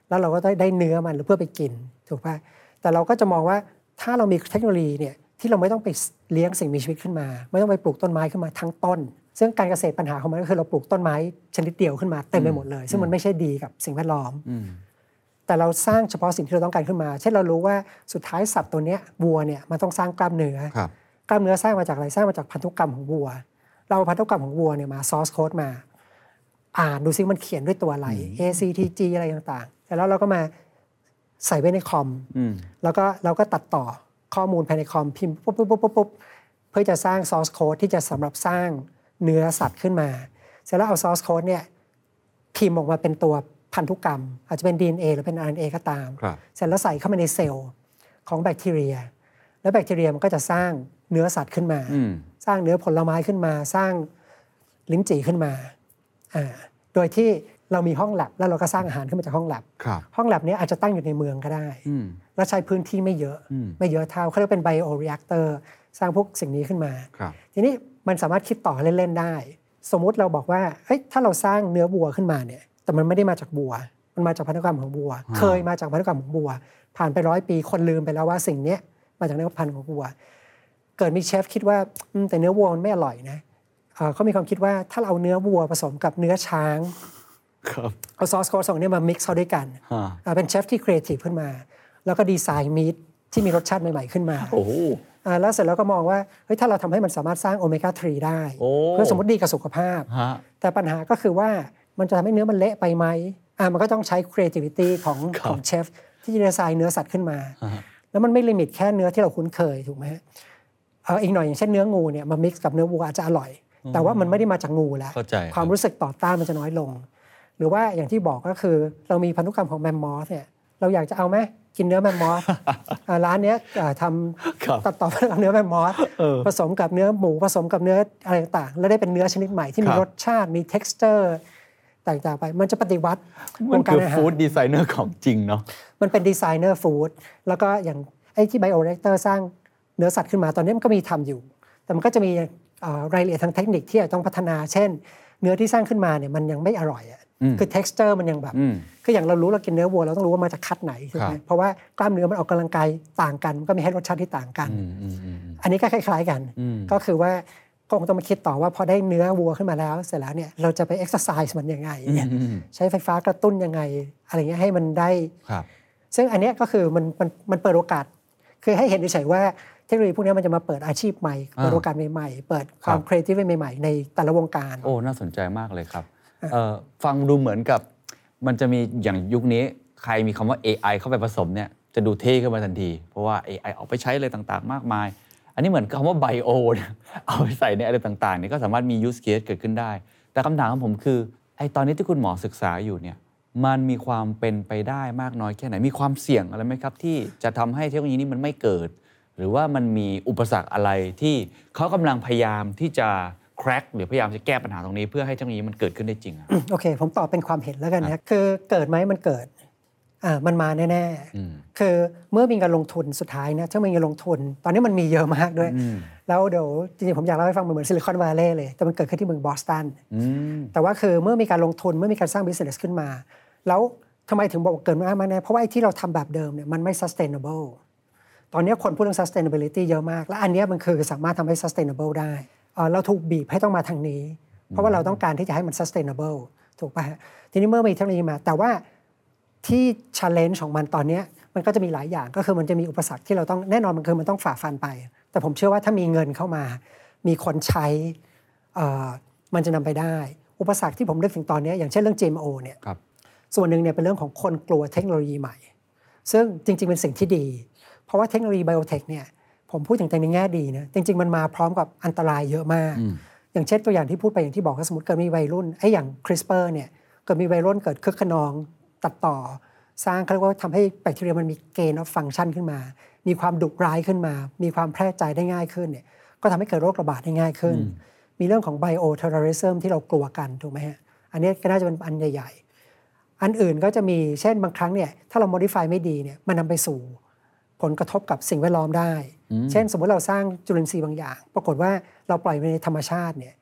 แล้วเราก็ได้ได้เนื้อมันหรือเพื่อไปกินถูกป่ะแต่เราก็จะมองว่าถ้าเรามีเทคโนโลยีเนี่ยที่เราไม่ต้องไปเลี้ยงสิ่งมีชีวิตขึ้นมาไม่ต้องไปปลูกต้นไม้ขึ้นมาทั้งต้นซึ่งการเกษตรปัญหาของมันก็คือเราปลูกต้นไม้ชนิดเดียวขึ้นมาเต็มไปหมดเลยซึ่งมันไม่ใช่ดีกับสิ่งแวดล้อมแต่เราสร้างเฉพาะสิ่งที่เราต้องการขึ้นมาเช่นเรารู้ว่าสุดท้ายสัตว์ตัวเนี้ยวัวเนี่ยมันต้องสร้างกล้ามเนื้อกล้ามเนื้อสร้างมาจากอะไรสร้างมาจากพันธุกรรมของวัวเราพันธุกรรมของวัวเนี่ยมา source code มาอ่านดูซิมันเขียนด้วยตัวอะไร A C T G อะไรต่างๆแต่แล้วเราก็มาใส่ไว้ในคอมแล้วก็เราก็ตัดต่อข้อมูลภายในคอมพิมพ์ปุ๊บปุ๊บปุ๊บปุ๊บเพื่อจะสร้าง source code ที่จะสำหรับสร้างเนื้อสัตว์ขึ้นมาเสร็จแล้วเอา source code เนี่ยพิมพ์ออกมาเป็นตัวพันธุกรรมอาจจะเป็น ดี เอ็น เอ หรือเป็น อาร์ เอ็น เอ ก็ตามเสร็จแล้วใส่เข้าไปในเซลล์ของแบคทีเรียแล้วแบคทีเรียมันก็จะสร้างเนื้อสัตว์ขึ้นมาสร้างเนื้อผลไม้ขึ้นมาสร้างลิ้นจี่ขึ้นมาโดยที่เรามีห้องแลบแล้วเราก็สร้างอาหารขึ้นมาจากห้องแลบห้องแลบนี้อาจจะตั้งอยู่ในเมืองก็ได้แล้วใช้พื้นที่ไม่เยอะไม่เยอะเท่าเขาเรียกเป็นไบโอเรแอคเตอร์สร้างพวกสิ่งนี้ขึ้นมาทีนี้มันสามารถคิดต่อเล่นๆได้สมมุติเราบอกว่าเฮ้ยถ้าเราสร้างเนื้อวัวขึ้นมาเนี่ยแต่มันไม่ได้มาจากวัวมันมาจากพันธุกรรมของวัวเคยมาจากพันธุกรรมของวัวผ่านไปร้อยปีคนลืมไปแล้วว่าสิ่งนี้มาจากเนื้อพันธุ์ของวัวเกิดมีเชฟคิดว่าแต่เนื้อวัวมันไม่อร่อยนะเขามีความคิดว่าถ้าเราเอาเนื้อวัวผสมกับเนื้อช้างเอาซอสโค้ดสองนี้มา mix เข้าด้วยกันเป็นเชฟที่ครีเอทีฟขึ้นมาแล้วก็ดีไซน์มีทที่มีรสชาติใหม่ๆขึ้นมาแล้วเสร็จแล้วก็มองว่าเฮ้ยถ้าเราทำให้มันสามารถสร้างโอเมก้าสามได้เพื่อสมมติดีกับสุขภาพแต่ปัญหาก็คือว่ามันจะทำให้เนื้อมันเละไปไหมมันก็ต้องใช้ creativity ของของเชฟที่จะดีไซน์เนื้อสัตว์ขึ้นมาแล้วมันไม่ลิมิตแค่เนื้อที่เราคุ้นเคยถูกไหมเอออีกหน่อยอย่างเช่นเนื้องูเนี่ยมา mix กับเนื้อวัวอาจจะอร่อยแต่ว่ามันไม่ได้มาจากงูแล้วความรู้สึกต่อต้านมันจะน้อยลงหรือว่าอย่างที่บอกก็คือเรามีพันธุกรรมของแมมมอสเนี่ยเราอยากจะเอาไหมกินเนื้อแมมมอสร้านนี้ทำตัดต่อเนื้อแมมมอสผสมกับเนื้อหมูผสมกับเนื้ออะไรต่างๆแล้วได้เป็นเนื้อชนิดใหม่ที่มีรสชาติมี texture ต่างๆไปมันจะปฏิวัติวงการอาหารมันคือฟู้ดดีไซเนอร์ของจริงเนาะมันเป็นดีไซเนอร์ฟู้ดแล้วก็อย่างไอ้ที่ไบโอเรคเตอร์สร้างเนื้อสัตว์ขึ้นมาตอนนี้มันก็มีทำอยู่แต่มันก็จะมีรายละเอียดทางเทคนิคที่ต้องพัฒนาเช่นเนื้อที่สร้างขึ้นมาเนี่ยมันยังไม่อร่อยอ่ะคือ texture มันยังแบบคืออย่างเรารู้เรากินเนื้อวัวเราต้องรู้ว่ามาจากคัดไหนถูกไหมเพราะว่ากล้ามเนื้อมันออกกำลังกายต่างกันมันก็มีให้รสชาติที่ต่างกันอันนี้ก็คล้ายๆกันก็คือว่าก็คงต้องมาคิดต่อว่าพอได้เนื้อวัวขึ้นมาแล้วเสร็จแล้วเนี่ยเราจะไป exercise มันยังไงใช้ไฟฟ้ากระตุ้นยังไงอะไรเงี้ยให้มันได้ซึ่งอันนี้ก็คือมันมันมันเปิดโอกาสคือให้เห็นเฉยๆว่าเทคโนโลยีพวกนี้มันจะมาเปิดอาชีพใหม่เปิดโอกาสใหม่ๆเปิดความครีเอทีฟใหม่ๆในแต่ละวงการโอ้น่าสนใจมากเลยครับฟังดูเหมือนกับมันจะมีอย่างยุคนี้ใครมีคำว่า เอ ไอ เข้าไปผสมเนี่ยจะดูเท่ขึ้นมาทันทีเพราะว่า เอ ไอ ออกไปใช้อะไรต่างๆมากมายอันนี้เหมือนคำว่าไบโอเอาไปใส่ในอะไรต่างๆนี่ก็สามารถมี use case เกิดขึ้นได้แต่คำถามของผมคือไอตอนนี้ที่คุณหมอศึกษาอยู่เนี่ยมันมีความเป็นไปได้มากน้อยแค่ไหนมีความเสี่ยงอะไรไหมครับที่จะทำให้เทคโนโลยีนี้มันไม่เกิดหรือว่ามันมีอุปสรรคอะไรที่เขากำลังพยายามที่จะcrack หรือพยายามจะแก้ปัญหาตรงนี้เพื่อให้เทคโนโลยีมันเกิดขึ้นได้จริงอ่ะโอเคผมตอบเป็นความเห็นแล้วกันนะคือเกิดไหมมันเกิดอ่ามันมาแน่ๆคือเมื่อมีการลงทุนสุดท้ายเนี่ยถ้ามีการลงทุนตอนนี้มันมีเยอะมากด้วยแล้วเดี๋ยวจริงๆผมอยากเล่าให้ฟังเหมือนซิลิคอนวัลเลย์เลยแต่มันเกิดขึ้นที่เมืองบอสตันแต่ว่าคือเมื่อมีการลงทุนเมื่อมีการสร้าง business ขึ้นมาแล้วทำไมถึงบอกเกิดมากมาแน่เพราะว่าไอ้ที่เราทำแบบเดิมเนี่ยมันไม่ sustainable ตอนนี้คนพูดเรื่อง sustainability เยอะมากและอันนี้มันคือสามารถทำให้ sustainable ได้เราถูกบีบให้ต้องมาทางนี้เพราะว่าเราต้องการที่จะให้มัน sustainable ถูกป่ะทีนี้เมื่อมีเทคโนโลยีมาแต่ว่าที่ challenge ของมันตอนนี้มันก็จะมีหลายอย่างก็คือมันจะมีอุปสรรคที่เราต้องแน่นอนมันคือมันต้องฝ่าฟันไปแต่ผมเชื่อว่าถ้ามีเงินเข้ามามีคนใช้มันจะนำไปได้อุปสรรคที่ผมนึกถึงตอนนี้อย่างเช่นเรื่อง จี เอ็ม โอ เนี่ยส่วนหนึ่งเนี่ยเป็นเรื่องของคนกลัวเทคโนโลยีใหม่ซึ่งจริงๆเป็นสิ่งที่ดีเพราะว่าเทคโนโลยีไบโอเทคเนี่ยผมพูดถึงในแง่ดีนะจริงๆมันมาพร้อมกับอันตรายเยอะมากอย่างเช่นตัวอย่างที่พูดไปอย่างที่บอกว่าสมมติเกิดมีวัยรุ่นไอ้อย่าง CRISPR เนี่ยเกิดมีวัยรุ่นเกิดคึกขนองตัดต่อสร้างเขาเรียกว่าทำให้แบคทีเรียมันมี gain of function ขึ้นมามีความดุร้ายขึ้นมามีความแพร่กระจายได้ง่ายขึ้นเนี่ยก็ทำให้เกิดโรคระบาดได้ง่ายขึ้นมีเรื่องของ bioterrorism ที่เรากลัวกันถูกไหมฮะอันนี้ก็น่าจะเป็นอันใหญ่ๆอันอื่นก็จะมีเช่นบางครั้งเนี่ยถ้าเรา modify ไม่ดีเนี่ยมันนำไปสู่ผลกระทบกับสิ่งแวดล้อมได้เช่นสมมติเราสร้างจุลินทรีย์บางอย่างปรากฏว่าเราปล่อยไปในธรรมชาติเนี่ยแ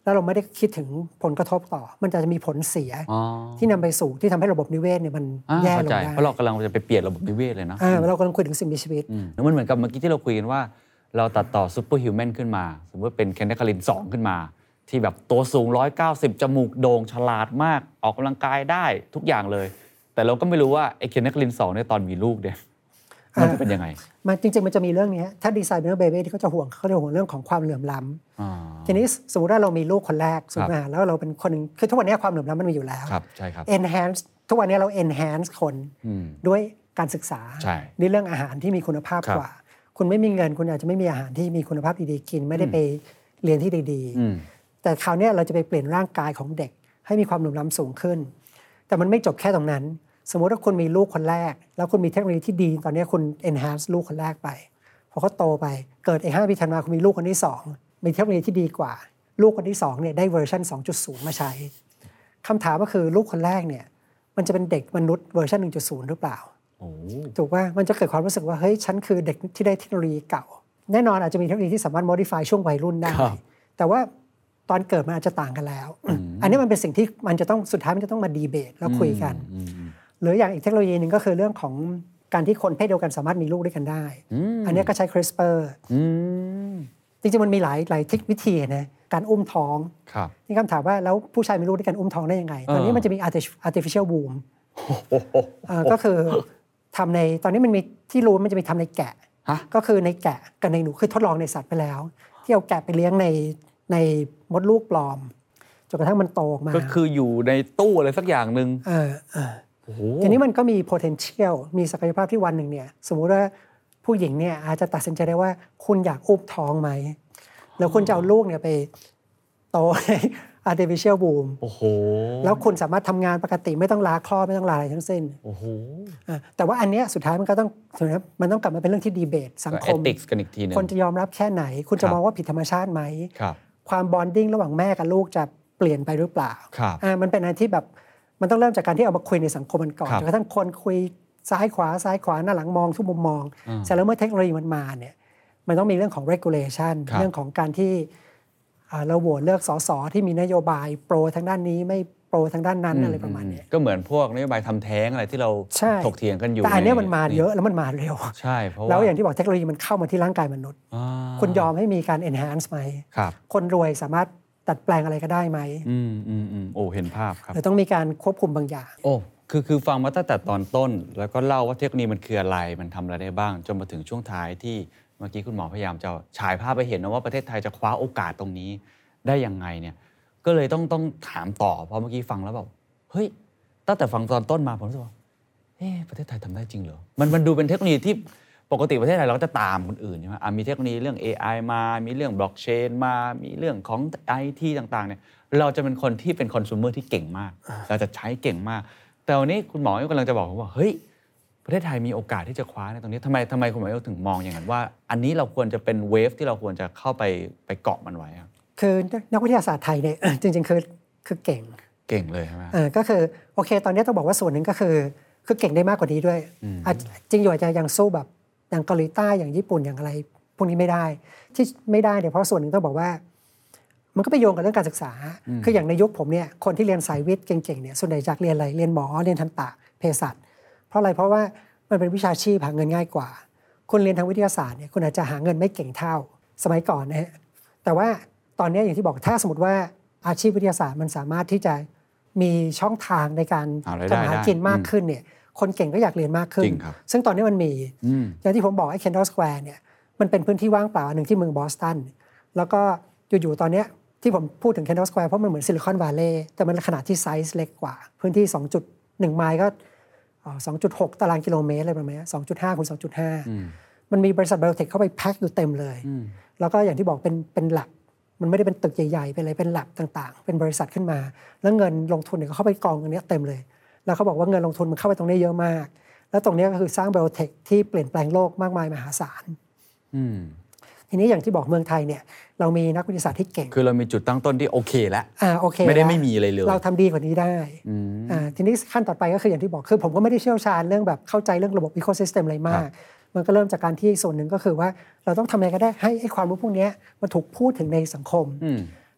แล้วเราไม่ได้คิดถึงผลกระทบต่อมันจะมีผลเสียที่นำไปสู่ที่ทำให้ระบบนิเวศเนี่ยมันแย่ลงได้เพราะเรากำลังจะไปเปลี่ยนระบบนิเวศเลยเนาะเรากำลังคุยถึงสิ่งมีชีวิตมันเหมือนกับเมื่อกี้ที่เราคุยกันว่าเราตัดต่อซูเปอร์ฮิวแมนขึ้นมาสมมติเป็นเคนเนคารินสองขึ้นมาที่แบบตัวสูงหนึ่งร้อยเก้าสิบจมูกโด่งฉลาดมากออกกำลังกายได้ทุกอย่างเลยแต่เราก็ไม่รู้ว่าไอ้เคนเนคารินสองเนี่ยตอนมีลูกเนี่ยมันจะเป็นยังไงมันจริงๆมันจะมีเรื่องนี้ถ้าดีไซน์เนอร์เบบี้ที่เขาจะห่วงเขาจะห่วงเรื่องของความเหลื่อมล้ำทีนี้สมมติว่าเรามีลูกคนแรกสมมติว่าแล้วเราเป็นคนนึงคือทุกวันนี้ความเหลื่อมล้ำมันมีอยู่แล้วครับใช่ครับ enhance ทุกวันนี้เรา enhance คนด้วยการศึกษาในเรื่องอาหารที่มีคุณภาพกว่าคุณไม่มีเงินคุณอาจจะไม่มีอาหารที่มีคุณภาพดีๆกินไม่ได้ไปเรียนที่ดีๆแต่คราวนี้เราจะไปเปลี่ยนร่างกายของเด็กให้มีความเหลื่อมล้ำสูงขึ้นแต่มันไม่จบแค่ตรงนั้นสมมติว่าคุณมีลูกคนแรกแล้วคุณมีเทคโนโลยีที่ดีตอนนี้คุณ enhance ลูกคนแรกไปพอเขาโตไปเกิดอีกห้าปีถัดมาคุณมีลูกคนที่สองมีเทคโนโลยีที่ดีกว่าลูกคนที่สองเนี่ยได้เวอร์ชัน สองจุดศูนย์ มาใช้คำถามก็คือลูกคนแรกเนี่ยมันจะเป็นเด็กมนุษย์เวอร์ชัน หนึ่งจุดศูนย์ หรือเปล่าถูกว่ามันจะเกิดความรู้สึกว่าเฮ้ยฉันคือเด็กที่ได้เทคโนโลยีเก่าแน่นอนอาจจะมีเทคโนโลยีที่สามารถ modify ช่วงวัยรุ่นได้แต่ว่าตอนเกิดมันอาจจะต่างกันแล้วอันนี้มันเป็นสิ่งที่มันจะต้องสุดท้ายมันจะต้องมาดีเบตแล้วคุยกันหรืออย่างอีกเทคโนโลยีหนึ่งก็คือเรื่องของการที่คนเพศเดียวกันสามารถมีลูกด้วยกันได้ อ, อันนี้ก็ใช้ CRISPR จริงๆมันมีหลายหลายเทคนิควิธีนะการอุ้มท้องนี่คำถามว่าแล้วผู้ชายมีลูกด้วยกันอุ้มท้องได้ยังไงตอนนี้มันจะมี artificial womb ก็คือทำในตอนนี้มันมีที่รู้มันจะมีทำในแกะก็คือในแกะกับในหนูคือทดลองในสัตว์ไปแล้วที่เอาแกะไปเลี้ยงในในมดลูกปลอมจนกระทั่งมันโตออกมาก็คืออยู่ในตู้อะไรสักอย่างนึงเออเออทีนี้มันก็มี potential มีศักยภาพที่วันหนึ่งเนี่ยสมมุติว่าผู้หญิงเนี่ยอาจจะตัดสินใจได้ว่าคุณอยากอุ้มท้องไหมแล้วคุณจะเอาลูกเนี่ยไปโตใน artificial womb โอ้โหแล้วคุณสามารถทำงานปกติไม่ต้องลาคลอดไม่ต้องลาอะไรทั้งสิ้นโอ้โหแต่ว่าอันเนี้ยสุดท้ายมันก็ต้องมันต้องกลับมาเป็นเรื่องที่ดีเบตสังคม ethics กันอีกทีนึงคนจะยอมรับแค่ไหนคุณจะมองว่าผิดธรรมชาติไหมความ bonding ระหว่างแม่กับลูกจะเปลี่ยนไปหรือเปล่ามันเป็นอะไรที่แบบมันต้องเริ่มจากการที่เอามาคุยในสังคมมันก่อนจนกระทั่งคนคุยซ้ายขวาซ้ายขวาหน้าหลังมองทุกมุมมองเสร็จแล้วเมื่อเทคโนโลยีมันมาเนี่ยมันต้องมีเรื่องของ regulation เรื่องของการที่เราโหวตเลือกสสที่มีนโยบายโปรทางด้านนี้ไม่โปรทางด้านนั้นอะไรประมาณนี้ก็เหมือนพวกนโยบายทำแท้งอะไรที่เราถกเถียงกันอยู่แต่อันนี้มันมาเยอะแล้วมันมาเร็วใช่เพราะแล้วอย่างที่บอกเทคโนโลยีมันเข้ามาที่ร่างกายมนุษย์คุณยอมให้มีการ enhance ไหมคนรวยสามารถดัดแปลงอะไรก็ได้ไหมอืมอืมอืมโอ้เห็นภาพครับแต่ต้องมีการควบคุมบางอย่างโอ้คือคือฟังมาตั้งแต่ตอนต้นแล้วก็เล่าว่าเทคโนโลยีมันคืออะไรมันทำอะไรได้บ้างจนมาถึงช่วงท้ายที่เมื่อกี้คุณหมอพยายามจะฉายภาพไปเห็นนะว่าประเทศไทยจะคว้าโอกาสตรงนี้ได้ยังไงเนี่ยก็เลยต้องต้องถามต่อเพราะเมื่อกี้ฟังแล้วแบบเฮ้ยตั้งแต่ฟังตอนต้นมาผมรู้สึกว่าเฮ้ประเทศไทยทำได้จริงเหรอมันมันดูเป็นเทคโนโลยีที่ปกติประเทศไทยเราก็จะตามคนอื่นใช่ไหมมีเทคโนโลยีเรื่อง เอ ไอ มามีเรื่องบล็อกเชนมามีเรื่องของ ไอ ที ต่างๆเนี่ยเราจะเป็นคนที่เป็นคอน sumer ที่เก่งมากเราจะใช้เก่งมากแต่วันนี้คุณหมอกำลังจะบอกผมว่าเฮ้ยประเทศไทยมีโอกาสที่จะคว้าในตรงนี้ทำไมทำไมคุณหมอถึงมองอย่างนั้นว่าอันนี้เราควรจะเป็นเวฟที่เราควรจะเข้าไปไปเกาะมันไว้ครับคือนักวิทยาศาสตร์ไทยเนี่ยจริงๆคือคือเก่งเก่งเลยใช่ไหมเออก็คือโอเคตอนนี้ต้องบอกว่าส่วนหนึ่งก็คือคือเก่งได้มากกว่านี้ด้วยจริงอยู่อาจจะยังสู้แบบอย่างเกาหลีใต้อย่างญี่ปุ่นอย่างอะไรพวกนี้ไม่ได้ที่ไม่ได้เนี่ยเพราะส่วนหนึ่งต้องบอกว่ามันก็ไปโยงกับเรื่องการศึกษาคืออย่างในยุคผมเนี่ยคนที่เรียนสายวิทย์เก่งๆเนี่ยส่วนใหญ่จากเรียนอะไรเรียนหมอเรียนทันตะเภสัชเพราะอะไรเพราะว่ามันเป็นวิชาชีพหาเงินง่ายกว่าคุณเรียนทางวิทยาศาสตร์เนี่ยคุณอาจจะหาเงินไม่เก่งเท่าสมัยก่อนนะฮะแต่ว่าตอนนี้อย่างที่บอกถ้าสมมติว่าอาชีพวิทยาศาสตร์มันสามารถที่จะมีช่องทางในการทำหากินมากขึ้นเนี่ยคนเก่งก็อยากเรียนมากขึ้นซึ่งตอนนี้มันมีอย่างที่ผมบอกไอ้ Kendall Square เนี่ยมันเป็นพื้นที่ว่างเปล่าอันหนึ่งที่เมืองบอสตันแล้วก็อยู่ๆตอนนี้ที่ผมพูดถึง Kendall Square เพราะมันเหมือนซิลิคอนวัลเลย์แต่มันขนาดที่ไซส์เล็กกว่าพื้นที่ สองจุดหนึ่ง ไมล์ก็ สองจุดหก ตารางกิโลเมตรอะไรประมาณนี้ สองจุดห้า คูณ สองจุดห้า มันมีบริษัทไบโอเทคเข้าไปแพ็คอยู่เต็มเลยแล้วก็อย่างที่บอกเป็นเป็นแลบมันไม่ได้เป็นตึกใหญ่ๆเป็นอะไรเป็นแลบต่างๆเป็นบริษัทขึ้นมาแล้วเงินลงทุนเนี่ยก็เข้าไปกองตรงนี้เต็มเลยแล้วเขาบอกว่าเงินลงทุนมันเข้าไปตรงนี้เยอะมากแล้วตรงนี้ก็คือสร้างไบโอเทคที่เปลี่ยนแปลงโลกมากมายมหาศาลทีนี้อย่างที่บอกเมืองไทยเนี่ยเรามีนักวิทยาศาสตร์ที่เก่งคือเรามีจุดตั้งต้นที่โอเคแล้วอ่าโอเคไม่ได้ไม่มีอะไรเลยเราทำดีกว่านี้ได้อ่าทีนี้ขั้นต่อไปก็คืออย่างที่บอกคือผมก็ไม่ได้เชี่ยวชาญเรื่องแบบเข้าใจเรื่องระบบอีโคซิสเต็มอะไรมากมันก็เริ่มจากการที่ส่วนหนึ่งก็คือว่าเราต้องทำยังไงก็ได้ให้ความรู้พวกนี้มันถูกพูดถึงในสังคม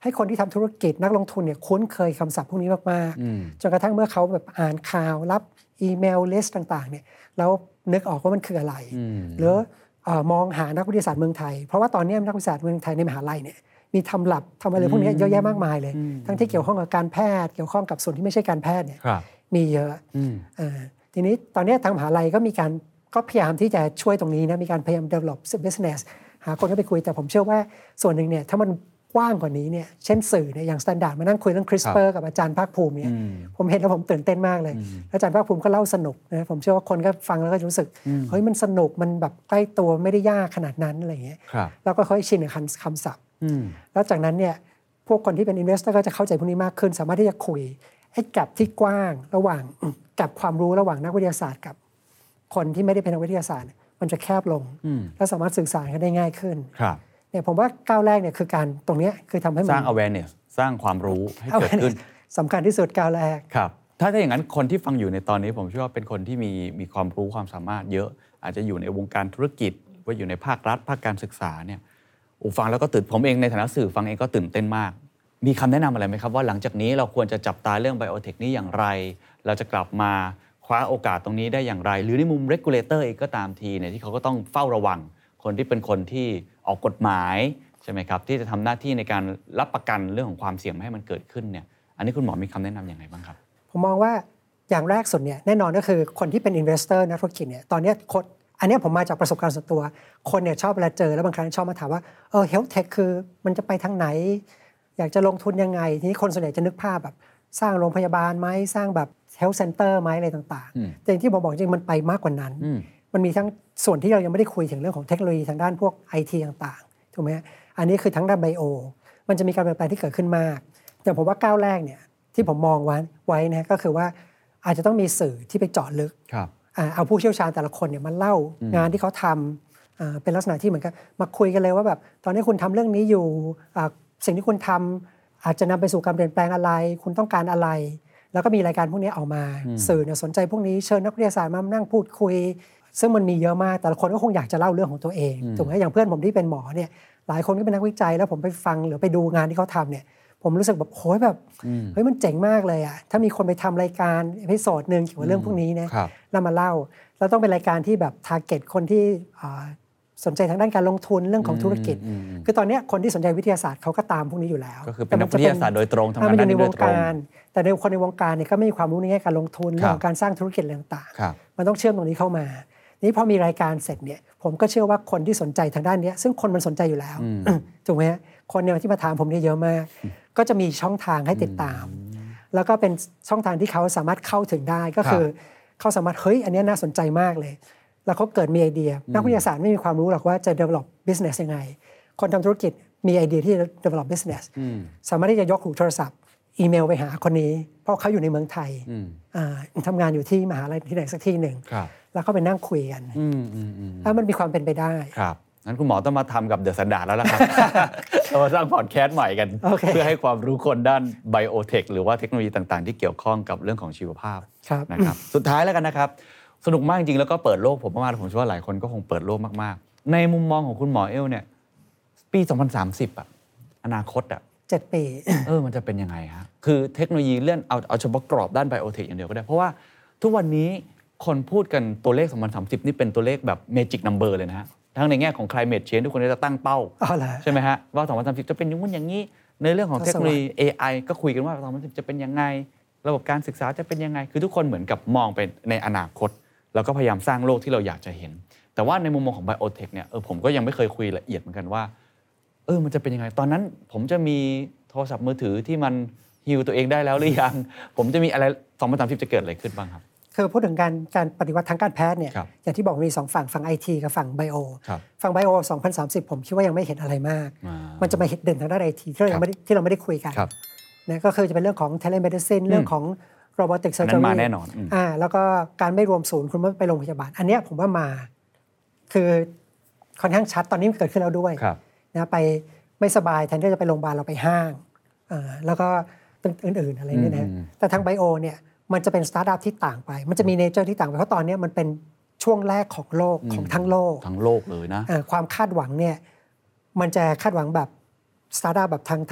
ให้คนที่ทำธุรกิจนักลงทุนเนี่ยคุ้นเคยคำศัพท์พวกนี้มากอืมๆจนกระทั่งเมื่อเขาแบบอ่านข่าวรับอีเมลลิสต์ต่างๆเนี่ยแล้วนึกออกว่ามันคืออะไรอืมหรือเอ่อมองหานักวิทยาศาสตร์เมืองไทยเพราะว่าตอนนี้นักวิทยาศาสตร์เมืองไทยในมหาลัยเนี่ยมีทำ lab ทำอะไรพวกนี้เยอะแยะมากมายเลยอืมทั้งที่เกี่ยวข้องกับการแพทย์เกี่ยวข้องกับส่วนที่ไม่ใช่การแพทย์เนี่ยครับมีเยอะอืมเอ่อทีนี้ตอนนี้ทางมหาลัยก็มีการก็พยายามที่จะช่วยตรงนี้นะมีการพยายาม develop business หาคนเข้าไปคุยแต่ผมเชื่อว่าส่วนหนึ่งเนี่ยถ้ามันกว้างกว่านี้เนี่ยเช่นสื่อเนี่ยอย่าง Standard มานั่งคุยเรื่อง CRISPR กับอาจารย์ภาคภูมิเนี่ยอืมผมเห็นแล้วผมตื่นเต้นมากเลยแล้วอาจารย์ภาคภูมิก็เล่าสนุกนะผมเชื่อว่าคนก็ฟังแล้วก็จะรู้สึกเฮ้ยมันสนุกมันแบบใกล้ตัวไม่ได้ยากขนาดนั้นอะไรอย่างเงี้ยครับแล้วก็ค่อยชินกับคำศัพท์อืมแล้วจากนั้นเนี่ยพวกคนที่เป็น investor ก็จะเข้าใจพวกนี้มากขึ้น สามารถที่จะคุยไอ้แกลบที่กว้างระหว่างแกลบความรู้ระหว่างนักวิทยาศาสตร์กับคนที่ไม่ได้เป็นนักวิทยาศาสตร์มันจะแคบลงอืมและสามารถสื่อสารกันได้ง่ายขึ้นครับเนี่ยผมว่าก้าวแรกเนี่ยคือการตรงเนี้ยคือทำให้มัสร้าง awareness สร้างความรู้ให้เกิดขึ้นสำคัญที่สุดก้าวแรกครับ ถ้าถ้าอย่างนั้นคนที่ฟังอยู่ในตอนนี้ผมเชื่อว่าเป็นคนที่มีมีความรู้ความสามารถเยอะ อาจจะอยู่ในวงการธุรกิจว่าอยู่ในภาครัฐภาคการศึกษาเนี่ยโอ้ฟังแล้วก็ตื่นผมเองในฐานะสื่อฟังเองก็ตื่นเต้นมาก มีคำแนะนำอะไรไหมครับว่าหลังจากนี้เราควรจะจับตาเรื่องไบโอเทคนี้อย่างไร เราจะกลับมาคว้าโอกาสตรงนี้ได้อย่างไร หรือในมุม regulator เองก็ตามทีเนี่ยที่เขาก็ต้องเฝ้าระวังคนที่เป็นคนที่ออกกฎหมายใช่ไหมครับที่จะทำหน้าที่ในการรับประกันเรื่องของความเสี่ยงไม่ให้มันเกิดขึ้นเนี่ยอันนี้คุณหมอมีคำแนะนำอย่างไรบ้างครับผมมองว่าอย่างแรกสุดเนี่ยแน่นอนก็คือคนที่เป็น investor นักธุรกิจเนี่ยตอนเนี้ยคนอันเนี้ยผมมาจากประสบการณ์ส่วนตัวคนเนี่ยชอบเวลาเจอแล้วบางครั้งชอบมาถามว่าเออ health tech คือมันจะไปทางไหน อยากจะลงทุนยังไงทีนี้คนส่วนใหญ่จะนึกภาพแบบสร้างโรงพยาบาลไหมสร้างแบบ health center ไหมอะไรต่างอืมๆแต่อย่างที่ผมบอกจริงมันไปมากกว่านั้นอืมมันมีทั้งส่วนที่เรายังไม่ได้คุยถึงเรื่องของเทคโนโลยีทางด้านพวก ไอ ที ต่างๆถูกไหมอันนี้คือทั้งด้านไบโอมันจะมีการเปลี่ยนแปลงที่เกิดขึ้นมากแต่ผมว่าก้าวแรกเนี่ยที่ผมมองไว้ไว้นะก็คือว่าอาจจะต้องมีสื่อที่ไปเจาะลึกครับอ่าเอาผู้เชี่ยวชาญแต่ละคนเนี่ยมาเล่างานที่เขาทำอ่าเป็นลักษณะที่เหมือนกับมาคุยกันเลยว่าแบบตอนนี้คุณทำเรื่องนี้อยู่อ่าสิ่งที่คุณทำอาจจะนำไปสู่การเปลี่ยนแปลงอะไร คุณต้องการอะไร แล้วก็มีรายการพวกนี้ออกมา สื่อเนี่ยสนใจพวกนี้เชิญนักวิทยาศาสตร์มานั่งพูดคุย ซึ่งมันมีเยอะมากแต่ละคนก็คงอยากจะเล่าเรื่องของตัวเองถูกไหมอย่างเพื่อนผมที่เป็นหมอเนี่ยหลายคนก็เป็นนักวิจัยแล้วผมไปฟังหรือไปดูงานที่เขาทำเนี่ยผมรู้สึกแบบโหยแบบเฮ้ยมันเจ๋งมากเลยอ่ะถ้ามีคนไปทำรายการเอพิโซดนึงเกี่ยวกับเรื่องพวกนี้นะครับ แล้วมาเล่าแล้วต้องเป็นรายการที่แบบทาร์เก็ตคนที่อ่าสนใจทางด้านการลงทุนเรื่องของธุรกิจอืมอืมคือตอนเนี้ยคนที่สนใจวิทยาศาสตร์เขาก็ตามพวกนี้อยู่แล้วก็คือเป็นนักวิทยาศาสตร์โดยตรงทำงานมันอด้านยู่ในนี้วโดงยตรงการแต่ในคนในวงการเนี่ยก็ไม่มีความรู้ในแง่การลงทุนครับเรื่องของการสร้างธุรกิจอะไรต่างครับๆมันต้องเชื่อมตรงนี้เข้ามานี่พอมีรายการเสร็จเนี่ยผมก็เชื่อว่าคนที่สนใจทางด้านเนี้ยซึ่งคนมันสนใจอยู่แล้วถูกไหมฮะคนเนี่ยที่มาถามผมเนี่ยเยอะมาก ก็จะมีช่องทางให้ติดตาม แล้วก็เป็นช่องทางที่เขาสามารถเข้าถึงได้ก็คือเขาสามารถเฮ้ยอันเนี้ยน่าสนใจมากเลย แล้วเขาเกิดมีไอเดียนักวิทยาศาสตร์ไม่มีความรู้หรอกว่าจะ develop business ยังไงคนทำธุรกิจมีไอเดียที่จะ develop business สามารถที่จะยกหูโทรศัพท์อีเมลไปหาคนนี้เพราะเขาอยู่ในเมืองไทยอ่าทำงานอยู่ที่มหาลัยที่ไหนสักที่หนึ่งครับแล้วก็ไปนั่งคุยกันอืมอืมอืมแล้วมันมีความเป็นไปได้ครับงั้นคุณหมอต้องมาทำกับเดอะสแตนดาร์ดแล้วล่ะครับ เรามาสร้างพอดแคสต์ใหม่กันโอเคเพื่อให้ความรู้คนด้านไบโอเทคหรือว่าเทคโนโลยีต่างๆ ที่เกี่ยวข้องกับเรื่องของชีวภาพครับนะครับ สุดท้ายแล้วกันนะครับ สนุกมากจริงๆแล้วก็เปิดโลกผมมากๆผมเชื่อว่าหลายคนก็คงเปิดโลกมากๆ ในมุมมองของคุณหมอเอลเนี่ยปี สองพันสามสิบ อ่ะอนาคตอ่ะเจ็ดปีเออ มันจะเป็นยังไงฮะ คือเทคโนโลยีเลื่อนเอาเอาเฉพาะกรอบด้านไบโอเทคอย่างเดียวก็ได้ เพราะว่าทุกวันนี้คนพูดกันตัวเลข สองพันสามสิบ นี่เป็นตัวเลขแบบ magic number เลยนะฮะ ทั้งในแง่ของ climate change ทุกคนจะตั้งเป้าอ๋อเหรอใช่ไหมฮะ ว่า สองพันสามสิบ จะเป็นอย่างนู้นอย่างนี้ ในเรื่องของเทคโนโลยี เอ ไอ ก็คุยกันว่า สองพันสามสิบ จะเป็นยังไง ระบบการศึกษาจะเป็นยังไง คือทุกคนเหมือนกับมองไปในอนาคต แล้วก็พยายามสร้างโลกที่เราอยากจะเห็น แต่ว่าในมุมมองของไบโอเทคเนี่ยเออผมก็ยังไม่เคยคุยละเอียดเหมือนกันว่า เออ มันจะเป็นยังไง ตอนนั้นผมจะมีโทรศัพท์มือถือที่มันฮีลตัวเองได้แล้วหรือยัง ผมจะมีอะไร สองพันสามสิบ จะเกิดอะไรขึ้นบ้างครับคือพูดถึงการการปฏิวัติทางการแพทย์เนี่ยครับอย่างที่บอกมีสองฝั่งฝั่ง ไอ ที กับฝั่งไบโอครับฝั่งไบโอสองพันสามสิบผมคิดว่ายังไม่เห็นอะไรมากอ่ามัมันจะมาเห็นเด่นทางด้าน ไอ ที ที่เรายังไม่ได้ที่เราไม่ได้คุยกันครับนะก็คือจะเป็นเรื่องของ telemedicine เรื่องของ robotic อันนั้น surgery มาแน่นอนอืมอ่าแล้วก็การไม่รวมศูนย์คุณไม่ไปโรงพยาบาล อันเนี้ยผมว่ามา คือค่อนข้างชัดตอนนี้มันเกิดขึ้นแล้วด้วยครับนะไปไม่สบายแทนที่จะไปโรงพยาบาลเราไปห้างอ่าแล้วก็อื่นๆอะไรเนี่ยนะอืมแต่ทางไบโอเนี่ยมันจะเป็นสตาร์ทอัพที่ต่างไป มันจะมีเนเจอร์ที่ต่างไปเพราะตอนนี้มันเป็นช่วงแรกของโลกของทั้งโลกทั้งโลกเลยนะอ่าความคาดหวังเนี่ยมันจะคาดหวังแบบสตาร์ทอัพแบบทางทางเทค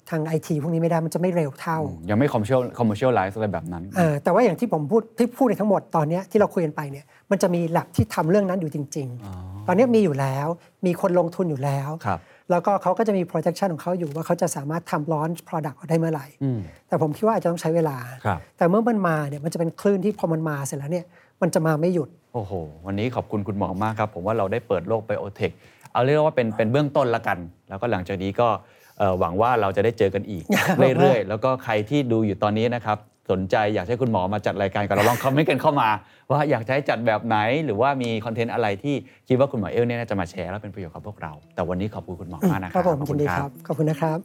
ทาง ไอ ที พวกนี้ไม่ได้มันจะไม่เร็วเท่ายังไม่ commercial commercialize อะไรแบบนั้นแต่ว่าอย่างที่ผมพูดที่พูดในทั้งหมดตอนนี้ที่เราคุยกันไปเนี่ยมันจะมี lab ที่ทำเรื่องนั้นอยู่จริงๆตอนนี้มีอยู่แล้วมีคนลงทุนอยู่แล้วแล้วก็เขาก็จะมี projection ของเขาอยู่ว่าเขาจะสามารถทำ launch product ได้เมื่อไหร่แต่ผมคิดว่าอาจจะต้องใช้เวลาแต่เมื่อมันมาเนี่ยมันจะเป็นคลื่นที่พอมันมาเสร็จแล้วเนี่ยมันจะมาไม่หยุดโอ้โหวันนี้ขอบคุณคุณหมอมากครับผมว่าเราได้เปิดโลกไบโอเทคเอาเรียกว่าเป็นเป็นเบื้องต้นละกันแล้วก็หลังจากนี้ก็หวังว่าเราจะได้เจอกันอีก เรื่อยๆแล้วก็ใครที่ดูอยู่ตอนนี้นะครับสนใจอยากให้คุณหมอมาจัดรายการกับเราลองคอมเมนต์กันเข้ามาว่าอยากจะให้จัดแบบไหนหรือว่ามีคอนเทนต์อะไรที่คิดว่าคุณหมอเอลเนี่ยน่าจะมาแชร์แล้วเป็นประโยชน์กับพวกเราแต่วันนี้ขอบคุณคุณหมอมากนะครับขอบคุณครับขอบคุณนะครับ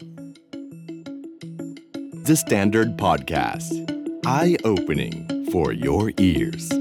The Standard Podcast Eye Opening for your ears